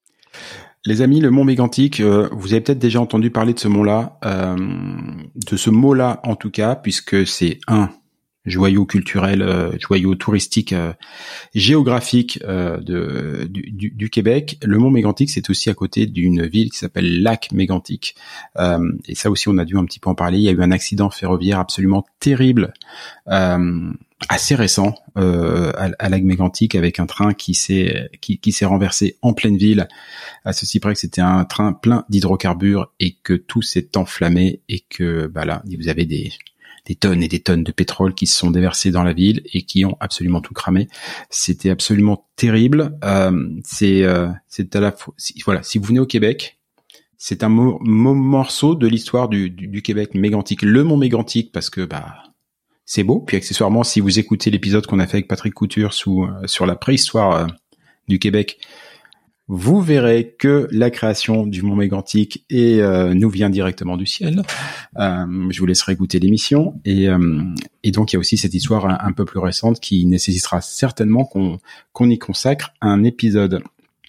Les amis, le Mont Mégantic, euh, vous avez peut-être déjà entendu parler de ce mont-là, euh, de ce mot-là en tout cas, puisque c'est un joyau culturel, euh, joyau touristique, euh, géographique euh, de, du, du, du Québec. Le Mont Mégantic, c'est aussi à côté d'une ville qui s'appelle Lac-Mégantic. Euh, et ça aussi, on a dû un petit peu en parler. Il y a eu un accident ferroviaire absolument terrible, euh, assez récent, euh, à, à Lac-Mégantic, avec un train qui s'est qui, qui s'est renversé en pleine ville. À ceci près que c'était un train plein d'hydrocarbures et que tout s'est enflammé et que bah là, vous avez des des tonnes et des tonnes de pétrole qui se sont déversées dans la ville et qui ont absolument tout cramé. C'était absolument terrible. Euh, c'est euh, c'est à la fois, si, voilà, si vous venez au Québec, c'est un mo- mo- morceau de l'histoire du, du, du Québec mégantic, le Mont Mégantic, parce que bah c'est beau. Puis accessoirement, si vous écoutez l'épisode qu'on a fait avec Patrick Couture sous, euh, sur la préhistoire euh, du Québec, vous verrez que la création du Mont Mégantic et euh, nous vient directement du ciel. Euh, je vous laisserai écouter l'émission. Et, euh, et donc, il y a aussi cette histoire un, un peu plus récente qui nécessitera certainement qu'on, qu'on y consacre un épisode.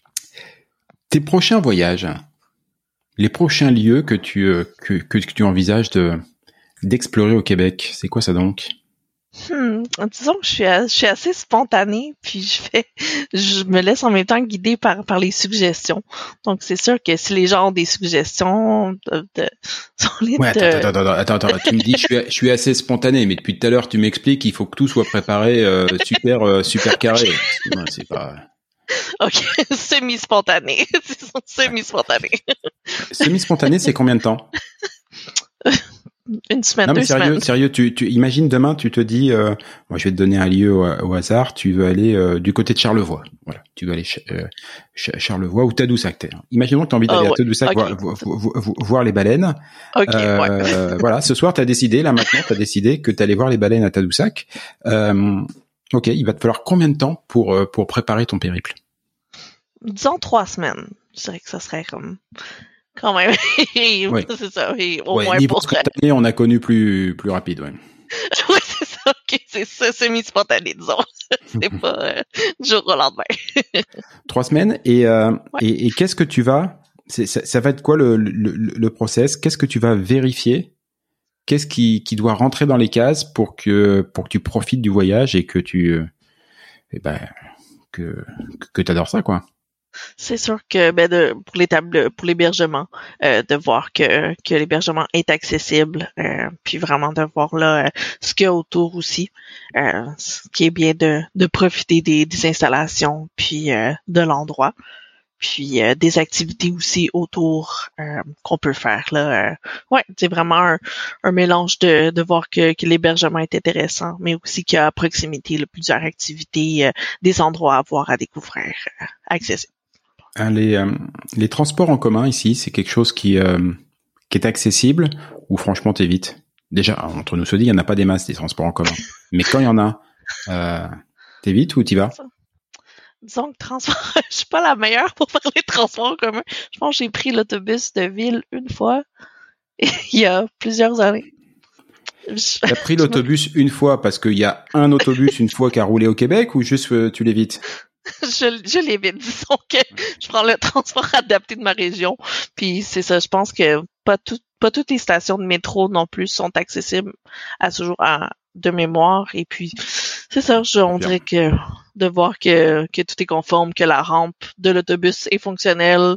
Tes prochains voyages, les prochains lieux que tu, euh, que, que, que tu envisages de, d'explorer au Québec, c'est quoi ça donc? Hmm, disons que je suis, je suis assez spontanée, puis je fais, je me laisse en même temps guider par par les suggestions. Donc c'est sûr que si les gens ont des suggestions, de, de, sont les Ouais, de... attends, attends, attends, attends, attends, tu me dis, je suis, je suis assez spontané, mais depuis tout à l'heure, tu m'expliques qu'il faut que tout soit préparé euh, super, euh, super carré. Non, c'est pas. Ok, semi-spontané, semi-spontané. Semi-spontané, c'est combien de temps? Une semaine, Non mais deux sérieux, semaines. sérieux, tu, tu imagines demain, tu te dis, euh, moi je vais te donner un lieu au, au hasard, tu veux aller euh, du côté de Charlevoix, voilà, tu veux aller ch- euh, ch- Charlevoix ou Tadoussac. Imaginons que tu as envie d'aller Ah, à ouais. Tadoussac Ok. voir, voir, voir, voir les baleines. Ok, Euh, ouais. Voilà, ce soir tu as décidé, là maintenant tu as décidé que tu allais voir les baleines à Tadoussac. Euh, ok, il va te falloir combien de temps pour euh, pour préparer ton périple? Disons trois semaines. Je dirais que ça serait comme quand même. Oui. C'est ça. Et au Ouais, moins niveau pour. spontané, on a connu plus plus rapide, ouais. Oui, c'est ça. Ok, c'est ça, semi-spontané, disons. C'est pas euh, du jour au lendemain. Trois semaines et euh, Ouais. et, et qu'est-ce que tu vas c'est, ça, ça va être quoi le, le, le process? Qu'est-ce que tu vas vérifier? Qu'est-ce qui, qui doit rentrer dans les cases pour que pour que tu profites du voyage et que tu eh ben que que t'adores ça quoi? C'est sûr que ben de pour l'étable pour l'hébergement, euh, de voir que que l'hébergement est accessible, euh, puis vraiment de voir là euh, ce qu'il y a autour aussi, euh, ce qui est bien de de profiter des des installations puis euh, de l'endroit. Puis euh, des activités aussi autour euh, qu'on peut faire là. Euh, ouais, c'est vraiment un, un mélange de, de voir que, que l'hébergement est intéressant, mais aussi qu'il y a à proximité là, plusieurs activités, euh, des endroits à voir, à découvrir, euh, accessibles. Hein, les, euh, les transports en commun ici, c'est quelque chose qui, euh, qui est accessible ou franchement t'évites? Déjà, entre nous se dit, il n'y en a pas des masses des transports en commun. Mais quand il y en a, euh, t'évites ou t'y vas? Disons que transport, je suis pas la meilleure pour faire les transports en commun. Je pense que j'ai pris l'autobus de ville une fois, il y a plusieurs années. Je... T'as pris l'autobus une fois parce qu'il y a un autobus une fois qui a roulé au Québec ou juste euh, tu l'évites? Je, je l'évite. Disons que je prends le transport adapté de ma région. Puis c'est ça, je pense que pas tout, pas toutes les stations de métro non plus sont accessibles à ce jour à, de mémoire. Et puis c'est ça, je, on dirait que de voir que, que tout est conforme, que la rampe de l'autobus est fonctionnelle,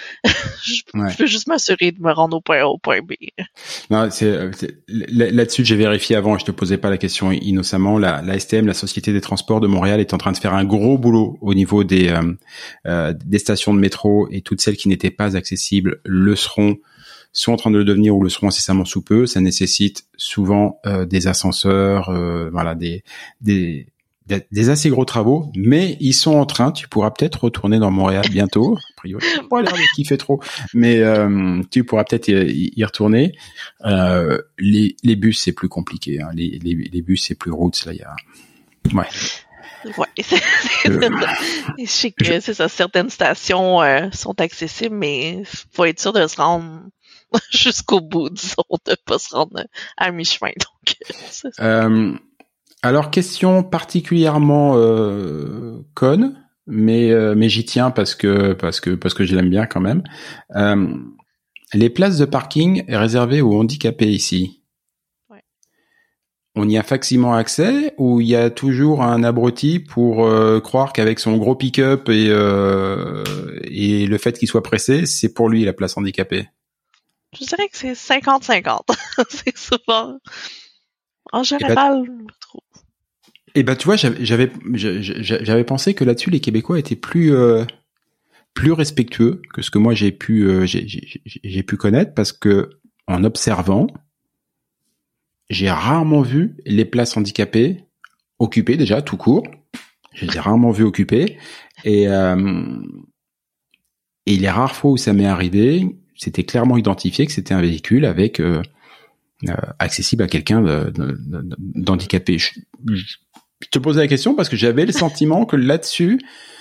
je, ouais. je peux juste m'assurer de me rendre au point A au point B. Non, c'est, c'est là-dessus j'ai vérifié avant et je te posais pas la question innocemment. La, la S T M, la Société des Transports de Montréal, est en train de faire un gros boulot au niveau des euh, euh, des stations de métro, et toutes celles qui n'étaient pas accessibles le seront, sont en train de le devenir ou le seront incessamment sous peu. Ça nécessite souvent euh, des ascenseurs, euh, voilà, des des des assez gros travaux, mais ils sont en train, tu pourras peut-être retourner dans Montréal bientôt, a priori, pas l'air de kiffer trop, mais euh, tu pourras peut-être y, y retourner. Euh, les, les bus, c'est plus compliqué, hein. les, les, les bus, c'est plus routes, là, il y a... Ouais. Ouais, c'est, c'est euh, je sais que je... c'est ça, certaines stations euh, sont accessibles, mais faut être sûr de se rendre jusqu'au bout, disons, de pas se rendre à mi-chemin, donc... C'est ça. Euh... Alors, question particulièrement euh, conne, mais euh, mais j'y tiens parce que parce que parce que je l'aime bien quand même. Euh, les places de parking réservées aux handicapés ici. Ouais. On y a facilement accès ou il y a toujours un abruti pour euh, croire qu'avec son gros pick-up et euh, et le fait qu'il soit pressé, c'est pour lui la place handicapée? Je dirais que c'est cinquante cinquante. C'est souvent en général. Eh ben, tu vois, j'avais, j'avais, j'avais pensé que là-dessus, les Québécois étaient plus, euh, plus respectueux que ce que moi j'ai pu, euh, j'ai, j'ai, j'ai pu connaître, parce que en observant, j'ai rarement vu les places handicapées occupées déjà tout court. Je les ai rarement vues occupées, et euh, et les rares fois où ça m'est arrivé, c'était clairement identifié que c'était un véhicule avec euh, euh, accessible à quelqu'un de, de, de, d'handicapé. Je, je, Je te posais la question parce que j'avais le sentiment que là-dessus,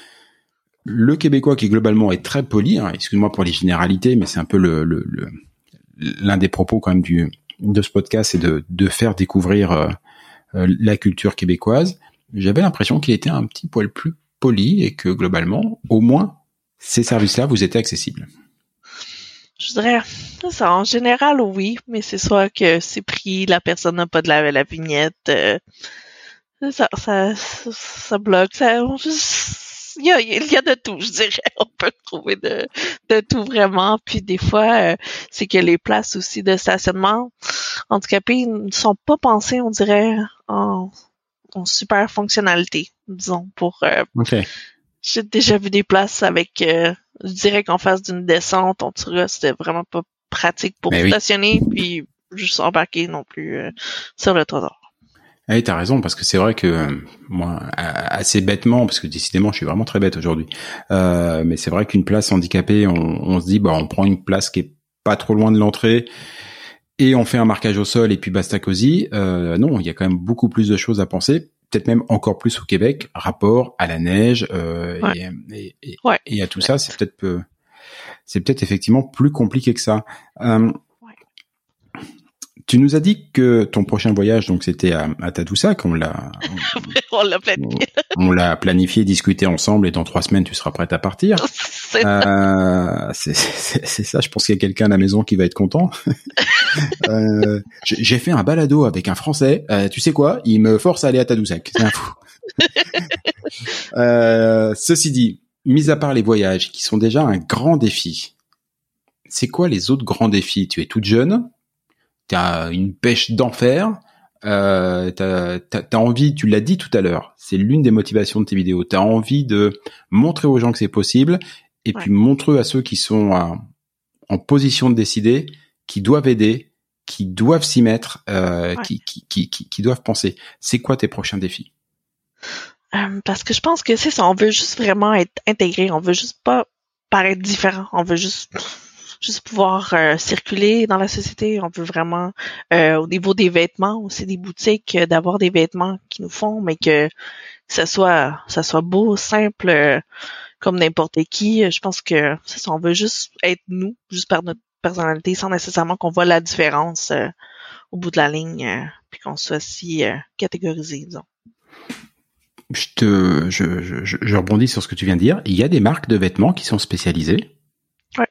le Québécois, qui globalement est très poli, hein, excuse-moi pour les généralités, mais c'est un peu le, le, le l'un des propos quand même du de ce podcast, c'est de de faire découvrir euh, la culture québécoise. J'avais l'impression qu'il était un petit poil plus poli et que globalement, au moins, ces services-là vous étaient accessibles. Je dirais, ça, en général, oui, mais c'est soit que c'est pris, la personne n'a pas de la, la vignette. Euh, Ça, ça, ça bloque, ça, il y a, il y a de tout, je dirais. On peut trouver de, de tout vraiment. Puis des fois, euh, c'est que les places aussi de stationnement handicapés ne sont pas pensées, on dirait, en, en super fonctionnalité, disons, pour, euh, okay. J'ai déjà vu des places avec, euh, je dirais qu'en face d'une descente, en tout cas, c'était vraiment pas pratique pour Mais stationner, oui. Puis juste embarquer non plus euh, sur le trottoir. Oui, t'as raison, parce que c'est vrai que euh, moi, assez bêtement, parce que décidément, je suis vraiment très bête aujourd'hui, euh, mais c'est vrai qu'une place handicapée, on, on se dit, bah, on prend une place qui est pas trop loin de l'entrée et on fait un marquage au sol et puis basta cosy. Euh, non, il y a quand même beaucoup plus de choses à penser, peut-être même encore plus au Québec, rapport à la neige euh, ouais. et, et, et, ouais. et à tout ça, c'est peut-être peu, c'est peut-être effectivement plus compliqué que ça. Euh, Tu nous as dit que ton prochain voyage, donc c'était à, à Tadoussac, on l'a, on, on l'a planifié, on, on l'a planifié, discuté ensemble, et dans trois semaines tu seras prête à partir. C'est, euh, c'est, c'est, c'est ça. Je pense qu'il y a quelqu'un à la maison qui va être content. euh, j'ai fait un balado avec un Français. Euh, tu sais quoi ? Il me force à aller à Tadoussac. C'est un fou. euh, ceci dit, mis à part les voyages, qui sont déjà un grand défi, c'est quoi les autres grands défis ? Tu es toute jeune. T'as une pêche d'enfer, euh, t'as, t'as, t'as envie, tu l'as dit tout à l'heure, c'est l'une des motivations de tes vidéos, t'as envie de montrer aux gens que c'est possible, et ouais. puis montrer à ceux qui sont à, en position de décider, qui doivent aider, qui doivent s'y mettre, euh, ouais. qui, qui, qui, qui, qui doivent penser. C'est quoi tes prochains défis? Euh, parce que je pense que c'est ça, on veut juste vraiment être intégré, on veut juste pas paraître différent. On veut juste juste pouvoir euh, circuler dans la société. On veut vraiment, euh, au niveau des vêtements, aussi des boutiques, euh, d'avoir des vêtements qui nous font, mais que ça soit ça soit beau, simple, euh, comme n'importe qui. Je pense que c'est ça, on veut juste être nous, juste par notre personnalité, sans nécessairement qu'on voit la différence euh, au bout de la ligne, euh, puis qu'on soit si euh, catégorisé, disons. Je te, je, je, je rebondis sur ce que tu viens de dire. Il y a des marques de vêtements qui sont spécialisées. Ouais.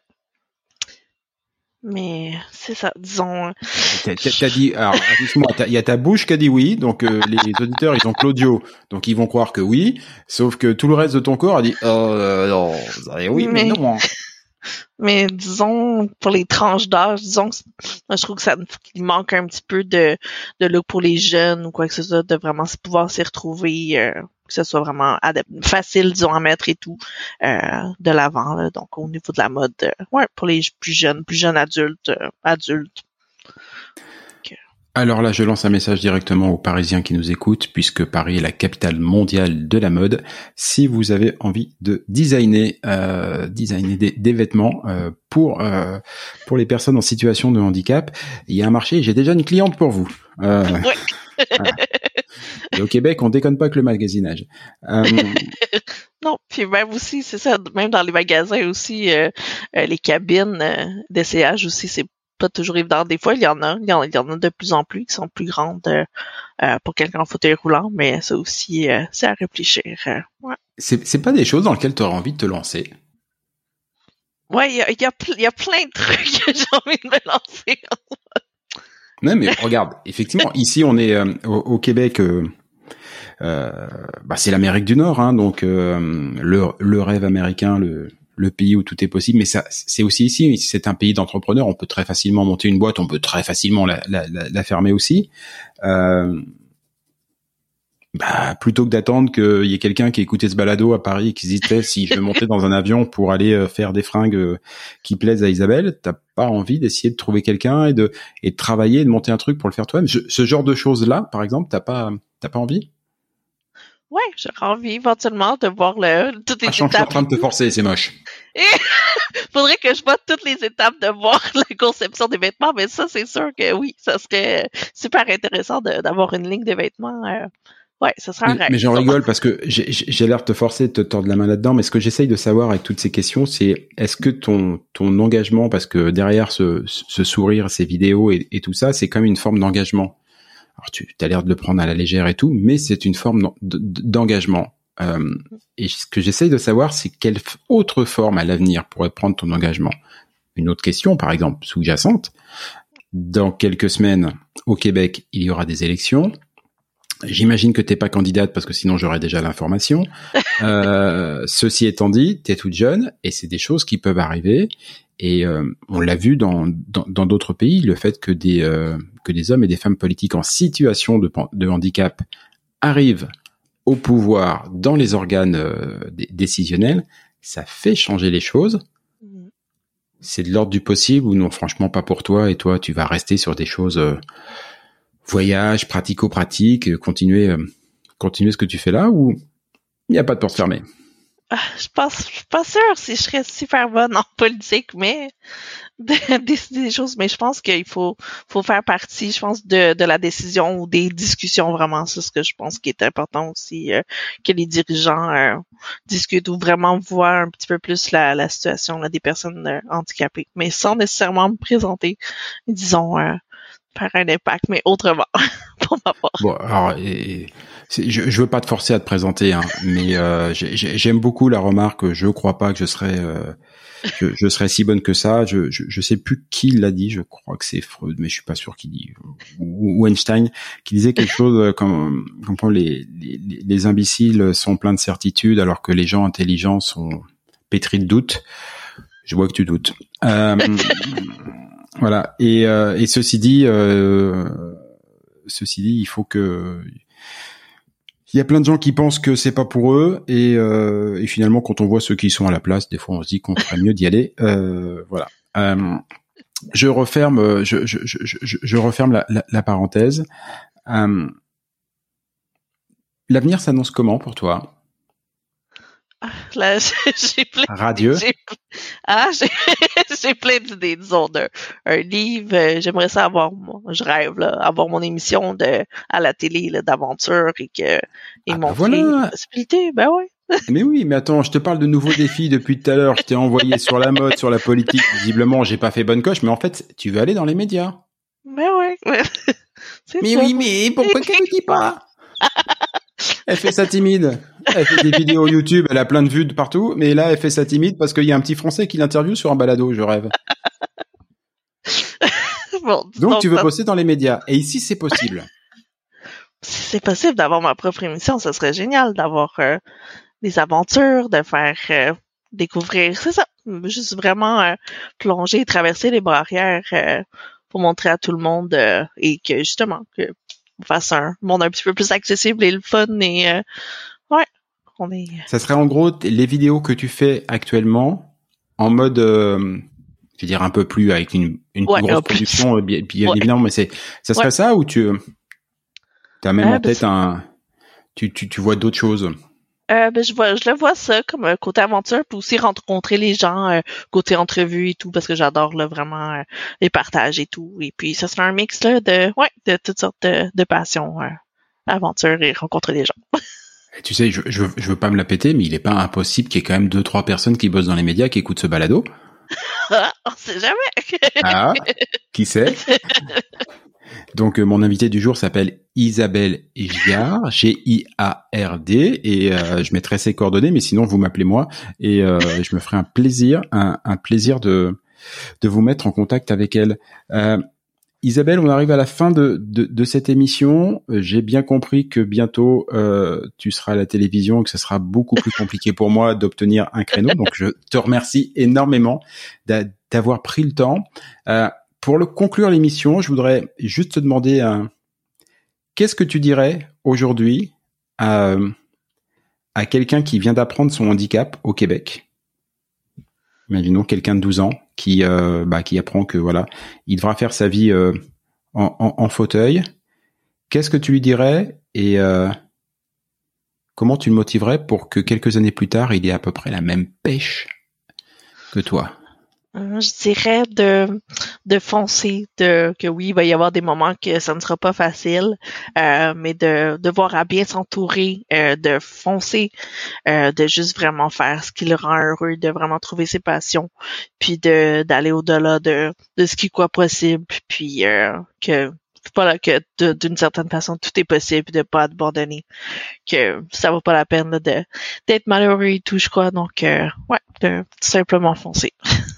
Mais c'est ça, disons. T'as, t'as, t'as dit, alors, dis-moi, il y a ta bouche qui a dit oui, donc euh, les auditeurs ils ont Claudio, donc ils vont croire que oui, sauf que tout le reste de ton corps a dit euh, non, vous avez oui, mais, mais non. Mais disons, pour les tranches d'âge, disons que moi, je trouve que ça qu'il manque un petit peu de, de look pour les jeunes ou quoi que ce soit, de vraiment pouvoir s'y retrouver, euh, que ce soit vraiment adap- facile, disons, à mettre et tout, euh, de l'avant, là. Donc, au niveau de la mode, euh, ouais, pour les plus jeunes, plus jeunes adultes, euh, adultes. Alors là, je lance un message directement aux Parisiens qui nous écoutent, puisque Paris est la capitale mondiale de la mode. Si vous avez envie de designer, euh, designer des, des vêtements euh, pour euh, pour les personnes en situation de handicap, il y a un marché. J'ai déjà une cliente pour vous. Euh, ouais. Voilà. Et au Québec, on déconne pas avec le magasinage. Euh, non, puis même aussi, c'est ça, même dans les magasins aussi, euh, euh, les cabines euh, d'essayage aussi, c'est pas toujours évident. Des fois, il y en a, il y en, il y en a de plus en plus qui sont plus grandes euh, euh, pour quelqu'un en fauteuil roulant, mais ça aussi, euh, c'est à réfléchir. Euh, ouais. C'est, c'est pas des choses dans lesquelles tu auras envie de te lancer. Ouais, il y a, il y a, il y a plein de trucs que j'ai envie de me lancer. Non, mais regarde, effectivement, ici on est euh, au, au Québec. Euh, euh, bah, c'est l'Amérique du Nord, hein, donc euh, le, le rêve américain, le le pays où tout est possible, mais ça, c'est aussi ici, c'est un pays d'entrepreneurs, on peut très facilement monter une boîte, on peut très facilement la, la, la, la fermer aussi. Euh, bah, plutôt que d'attendre qu'il y ait quelqu'un qui écoutait ce balado à Paris et qui se disait si je vais monter dans un avion pour aller faire des fringues qui plaisent à Isabelle, t'as pas envie d'essayer de trouver quelqu'un et de, et de travailler, de monter un truc pour le faire toi-même. Je, ce genre de choses-là, par exemple, t'as pas, t'as pas envie? Ouais, j'aurais envie éventuellement de voir le, toutes les ah, étapes. Je suis en train de te forcer, c'est moche. Et faudrait que je vois toutes les étapes de voir la conception des vêtements, mais ça, c'est sûr que oui, ça serait super intéressant de, d'avoir une ligne de vêtements. Euh, ouais, ça serait un mais, rêve. Mais j'en rigole parce que j'ai, j'ai l'air de te forcer, de te tordre la main là-dedans, mais ce que j'essaye de savoir avec toutes ces questions, c'est est-ce que ton ton engagement, parce que derrière ce, ce sourire, ces vidéos et, et tout ça, c'est comme une forme d'engagement. Alors tu as l'air de le prendre à la légère et tout, mais c'est une forme d'engagement. Euh, et ce que j'essaye de savoir, c'est quelle autre forme à l'avenir pourrait prendre ton engagement. Une autre question, par exemple, sous-jacente. Dans quelques semaines, au Québec, il y aura des élections. J'imagine que t'es pas candidate parce que sinon j'aurais déjà l'information. Euh, ceci étant dit, t'es toute jeune et c'est des choses qui peuvent arriver. Et euh, on l'a vu dans, dans dans d'autres pays, le fait que des euh, que des hommes et des femmes politiques en situation de, de handicap arrivent au pouvoir dans les organes euh, décisionnels, ça fait changer les choses. Mmh. C'est de l'ordre du possible ou non, franchement pas pour toi. Et toi, tu vas rester sur des choses euh, voyage, pratico-pratique, continuer euh, continuer ce que tu fais là, ou il n'y a pas de porte fermée? Ah, je pense, je suis pas sûre si je serais super bonne en politique, mais de décider des choses. Mais je pense qu'il faut, faut faire partie, je pense, de, de la décision ou des discussions vraiment. C'est ce que je pense qui est important aussi, euh, que les dirigeants euh, discutent ou vraiment voient un petit peu plus la, la situation là, des personnes euh, handicapées, mais sans nécessairement me présenter, disons, euh, faire un impact, mais autrement, pour ma part. Bon, alors, et, je, je veux pas te forcer à te présenter, hein, mais euh, j'ai, j'aime beaucoup la remarque. Je crois pas que je serais, euh, je, je serais si bonne que ça. Je, je, je sais plus qui l'a dit. Je crois que c'est Freud, mais je suis pas sûr qui dit ou, ou Einstein qui disait quelque chose comme, comme les, les, les imbéciles sont pleins de certitudes, alors que les gens intelligents sont pétris de doutes. Je vois que tu doutes. Euh, voilà. Et, euh, et ceci dit, euh, ceci dit, il faut que il y a plein de gens qui pensent que c'est pas pour eux, et, euh, et finalement, quand on voit ceux qui sont à la place, des fois, on se dit qu'on ferait mieux d'y aller. Euh, voilà. Euh, je referme, je, je, je, je, je referme la, la, la parenthèse. Euh, l'avenir s'annonce comment pour toi? Là, j'ai plein Radieux. J'ai, ah, j'ai, j'ai plein d'idées, disons, d'un un livre. euh, J'aimerais ça avoir, mon- je rêve, là, avoir mon émission de à la télé là, d'aventure et que et Ah bah montrer voilà. les possibilités. Ben ouais. Mais oui, mais attends, je te parle de nouveaux défis depuis tout à l'heure. Je t'ai envoyé sur la mode, sur la politique. Visiblement, j'ai pas fait bonne coche, mais en fait, tu veux aller dans les médias. Ben ouais. ouais. C'est Mais ça. oui, mais pourquoi qu'elle ne dit pas? Elle fait ça timide. Elle fait des vidéos YouTube, elle a plein de vues de partout, mais là, elle fait ça timide parce qu'il y a un petit Français qui l'interviewe sur un balado, je rêve. Bon, Donc, tu veux ça- bosser dans les médias. Et ici, c'est possible. si c'est possible d'avoir ma propre émission, ce serait génial d'avoir euh, des aventures, de faire euh, découvrir, c'est ça, juste vraiment euh, plonger, traverser les barrières euh, pour montrer à tout le monde euh, et que justement que on fasse un monde un petit peu plus accessible et le fun et euh, ouais, on est Ça serait en gros t- les vidéos que tu fais actuellement en mode, euh, je veux dire un peu plus avec une, une Ouais, plus un grosse peu production, euh, bien, bien Ouais. évidemment, mais c'est, ça serait Ouais. ça ou tu as même Ah, en ben, tête un, tu, tu, tu vois d'autres choses. Euh, ben, je vois, je le vois ça comme un côté aventure, puis aussi rencontrer les gens, euh, côté entrevue et tout, parce que j'adore là vraiment euh, les partages et tout. Et puis ça serait un mix là de, ouais, de toutes sortes de, de passions, euh, aventure et rencontrer les gens. Et tu sais, je, je, je veux pas me la péter, mais il est pas impossible qu'il y ait quand même deux, trois personnes qui bossent dans les médias qui écoutent ce balado. Ah, on sait jamais. Ah, qui sait? Donc, euh, mon invité du jour s'appelle Isabelle Giard, G I A R D, et euh, je mettrai ses coordonnées, mais sinon, vous m'appelez moi, et euh, je me ferai un plaisir, un, un plaisir de, de vous mettre en contact avec elle. Euh, Isabelle, on arrive à la fin de, de, de cette émission. Euh, J'ai bien compris que bientôt, euh, tu seras à la télévision et que ce sera beaucoup plus compliqué pour moi d'obtenir un créneau. Donc, je te remercie énormément d'a- d'avoir pris le temps. Euh, pour le conclure l'émission, je voudrais juste te demander un, qu'est-ce que tu dirais aujourd'hui à, à quelqu'un qui vient d'apprendre son handicap au Québec? Imaginons quelqu'un de douze ans qui, euh, bah, qui apprend que voilà, il devra faire sa vie euh, en, en, en fauteuil. Qu'est-ce que tu lui dirais et euh, comment tu le motiverais pour que quelques années plus tard, il ait à peu près la même pêche que toi? Euh, Je dirais de de foncer, de que oui, il va y avoir des moments que ça ne sera pas facile, euh, mais de de voir à bien s'entourer, euh, de foncer, euh, de juste vraiment faire ce qui le rend heureux, de vraiment trouver ses passions, puis de d'aller au-delà de de ce qui est possible, puis euh, que voilà, que de- d'une certaine façon tout est possible, de pas abandonner, que ça vaut pas la peine là, de d'être malheureux et tout, je crois. Donc euh, ouais, de tout simplement foncer.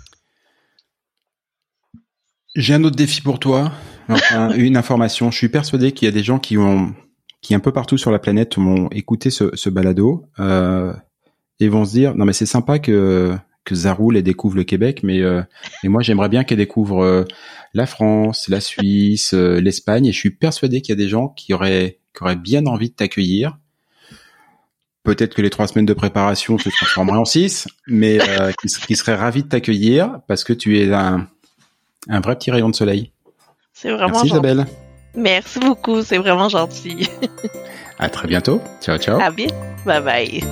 J'ai un autre défi pour toi, enfin, une information. Je suis persuadé qu'il y a des gens qui ont, qui un peu partout sur la planète vont écouter ce, ce balado euh, et vont se dire non mais c'est sympa que que Zaroul elle découvre le Québec, mais euh, mais moi j'aimerais bien qu'elle découvre euh, la France, la Suisse, euh, l'Espagne. Et je suis persuadé qu'il y a des gens qui auraient qui auraient bien envie de t'accueillir. Peut-être que les trois semaines de préparation se transformeraient en six, mais euh, qui, qui seraient ravis de t'accueillir parce que tu es un un vrai petit rayon de soleil. C'est vraiment Merci gentil. Isabelle. Merci beaucoup, c'est vraiment gentil. À très bientôt. Ciao, ciao. À vite. Bye bye.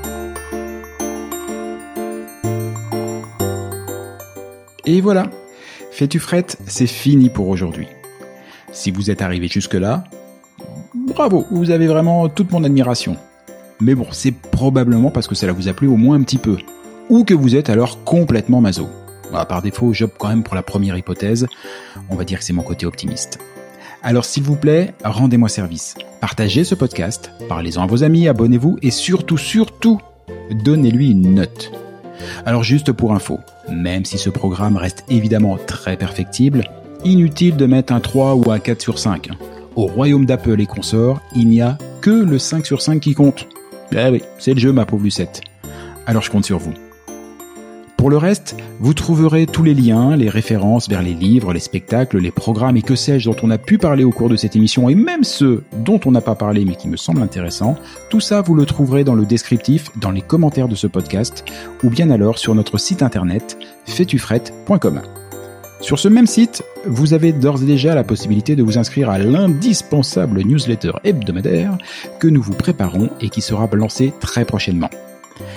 Et voilà. Fais-tu frette, c'est fini pour aujourd'hui. Si vous êtes arrivé jusque-là, bravo, vous avez vraiment toute mon admiration. Mais bon, c'est probablement parce que cela vous a plu au moins un petit peu. Ou que vous êtes alors complètement maso. Bah, par défaut, j'opte quand même pour la première hypothèse. On va dire que c'est mon côté optimiste. Alors s'il vous plaît, rendez-moi service. Partagez ce podcast, parlez-en à vos amis, abonnez-vous et surtout, surtout, donnez-lui une note. Alors juste pour info, même si ce programme reste évidemment très perfectible, inutile de mettre un trois ou un quatre sur cinq. Au royaume d'Apple et consorts, il n'y a que le cinq sur cinq qui compte. Eh oui, c'est le jeu ma pauvre Lucette. Alors je compte sur vous. Pour le reste, vous trouverez tous les liens, les références vers les livres, les spectacles, les programmes et que sais-je dont on a pu parler au cours de cette émission et même ceux dont on n'a pas parlé mais qui me semblent intéressants. Tout ça, vous le trouverez dans le descriptif, dans les commentaires de ce podcast ou bien alors sur notre site internet fais-tu-frette point com. Sur ce même site, vous avez d'ores et déjà la possibilité de vous inscrire à l'indispensable newsletter hebdomadaire que nous vous préparons et qui sera lancé très prochainement.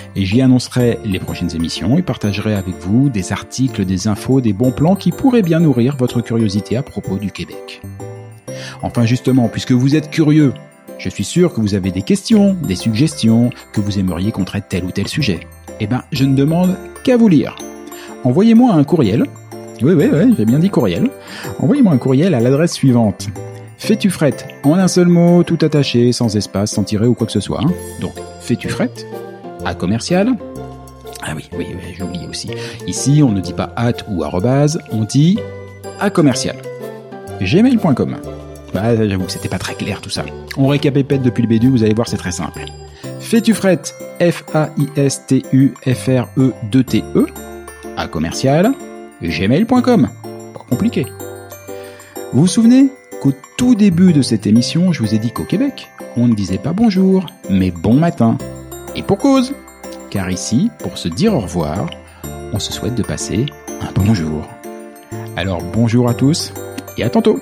Et j'y annoncerai les prochaines émissions et partagerai avec vous des articles, des infos, des bons plans qui pourraient bien nourrir votre curiosité à propos du Québec. Enfin justement, puisque vous êtes curieux, je suis sûr que vous avez des questions, des suggestions, que vous aimeriez qu'on traite tel ou tel sujet. Eh ben, je ne demande qu'à vous lire. Envoyez-moi un courriel. Oui, oui, oui, j'ai bien dit courriel. Envoyez-moi un courriel à l'adresse suivante. Fais-tu frette, en un seul mot, tout attaché, sans espace, sans tiret ou quoi que ce soit. Hein. Donc, fais-tu frette, à commercial. Ah oui, oui, oui, j'ai oublié aussi. Ici, on ne dit pas at ou arrobase, on dit à commercial. gmail point com. Bah, j'avoue, c'était pas très clair tout ça. On récapépète depuis le début, vous allez voir, c'est très simple. Fais-tu frette, F A I S T U F R E deux T E, à commercial, gmail point com. Pas compliqué. Vous vous souvenez qu'au tout début de cette émission, je vous ai dit qu'au Québec, on ne disait pas bonjour, mais bon matin. Et pour cause. Car ici, pour se dire au revoir, on se souhaite de passer un bonjour. Alors bonjour à tous et à tantôt.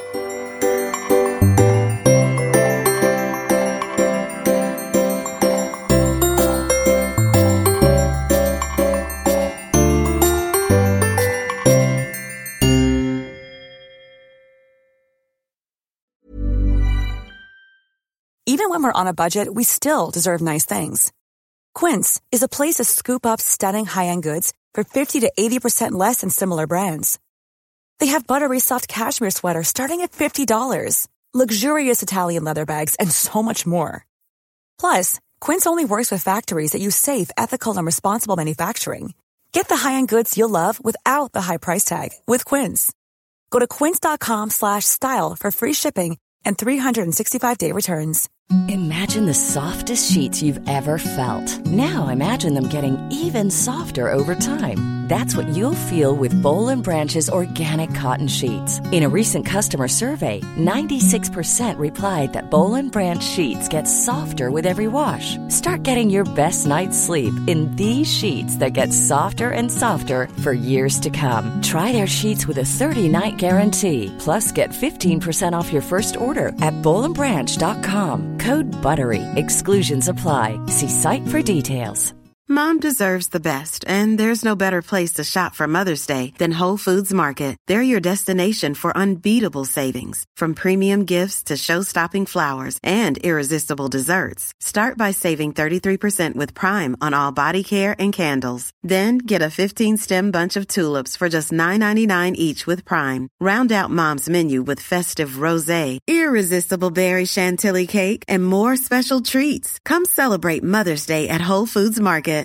Even when we're on a budget, we still deserve nice things. Quince is a place to scoop up stunning high-end goods for fifty to eighty percent less than similar brands. They have buttery soft cashmere sweaters starting at fifty dollars, luxurious Italian leather bags, and so much more. Plus, Quince only works with factories that use safe, ethical, and responsible manufacturing. Get the high-end goods you'll love without the high price tag with Quince. Go to quince.com slash style for free shipping and three sixty-five day returns. Imagine the softest sheets you've ever felt. Now imagine them getting even softer over time. That's what you'll feel with Boll and Branch's organic cotton sheets. In a recent customer survey, ninety-six percent replied that Boll and Branch sheets get softer with every wash. Start getting your best night's sleep in these sheets that get softer and softer for years to come. Try their sheets with a thirty-night guarantee. Plus, get fifteen percent off your first order at boll and branch dot com. Code BUTTERY. Exclusions apply. See site for details. Mom deserves the best, and there's no better place to shop for Mother's Day than Whole Foods Market. They're your destination for unbeatable savings, from premium gifts to show-stopping flowers and irresistible desserts. Start by saving thirty-three percent with Prime on all body care and candles. Then get a fifteen-stem bunch of tulips for just nine ninety-nine each with Prime. Round out Mom's menu with festive rosé, irresistible berry chantilly cake, and more special treats. Come celebrate Mother's Day at Whole Foods Market.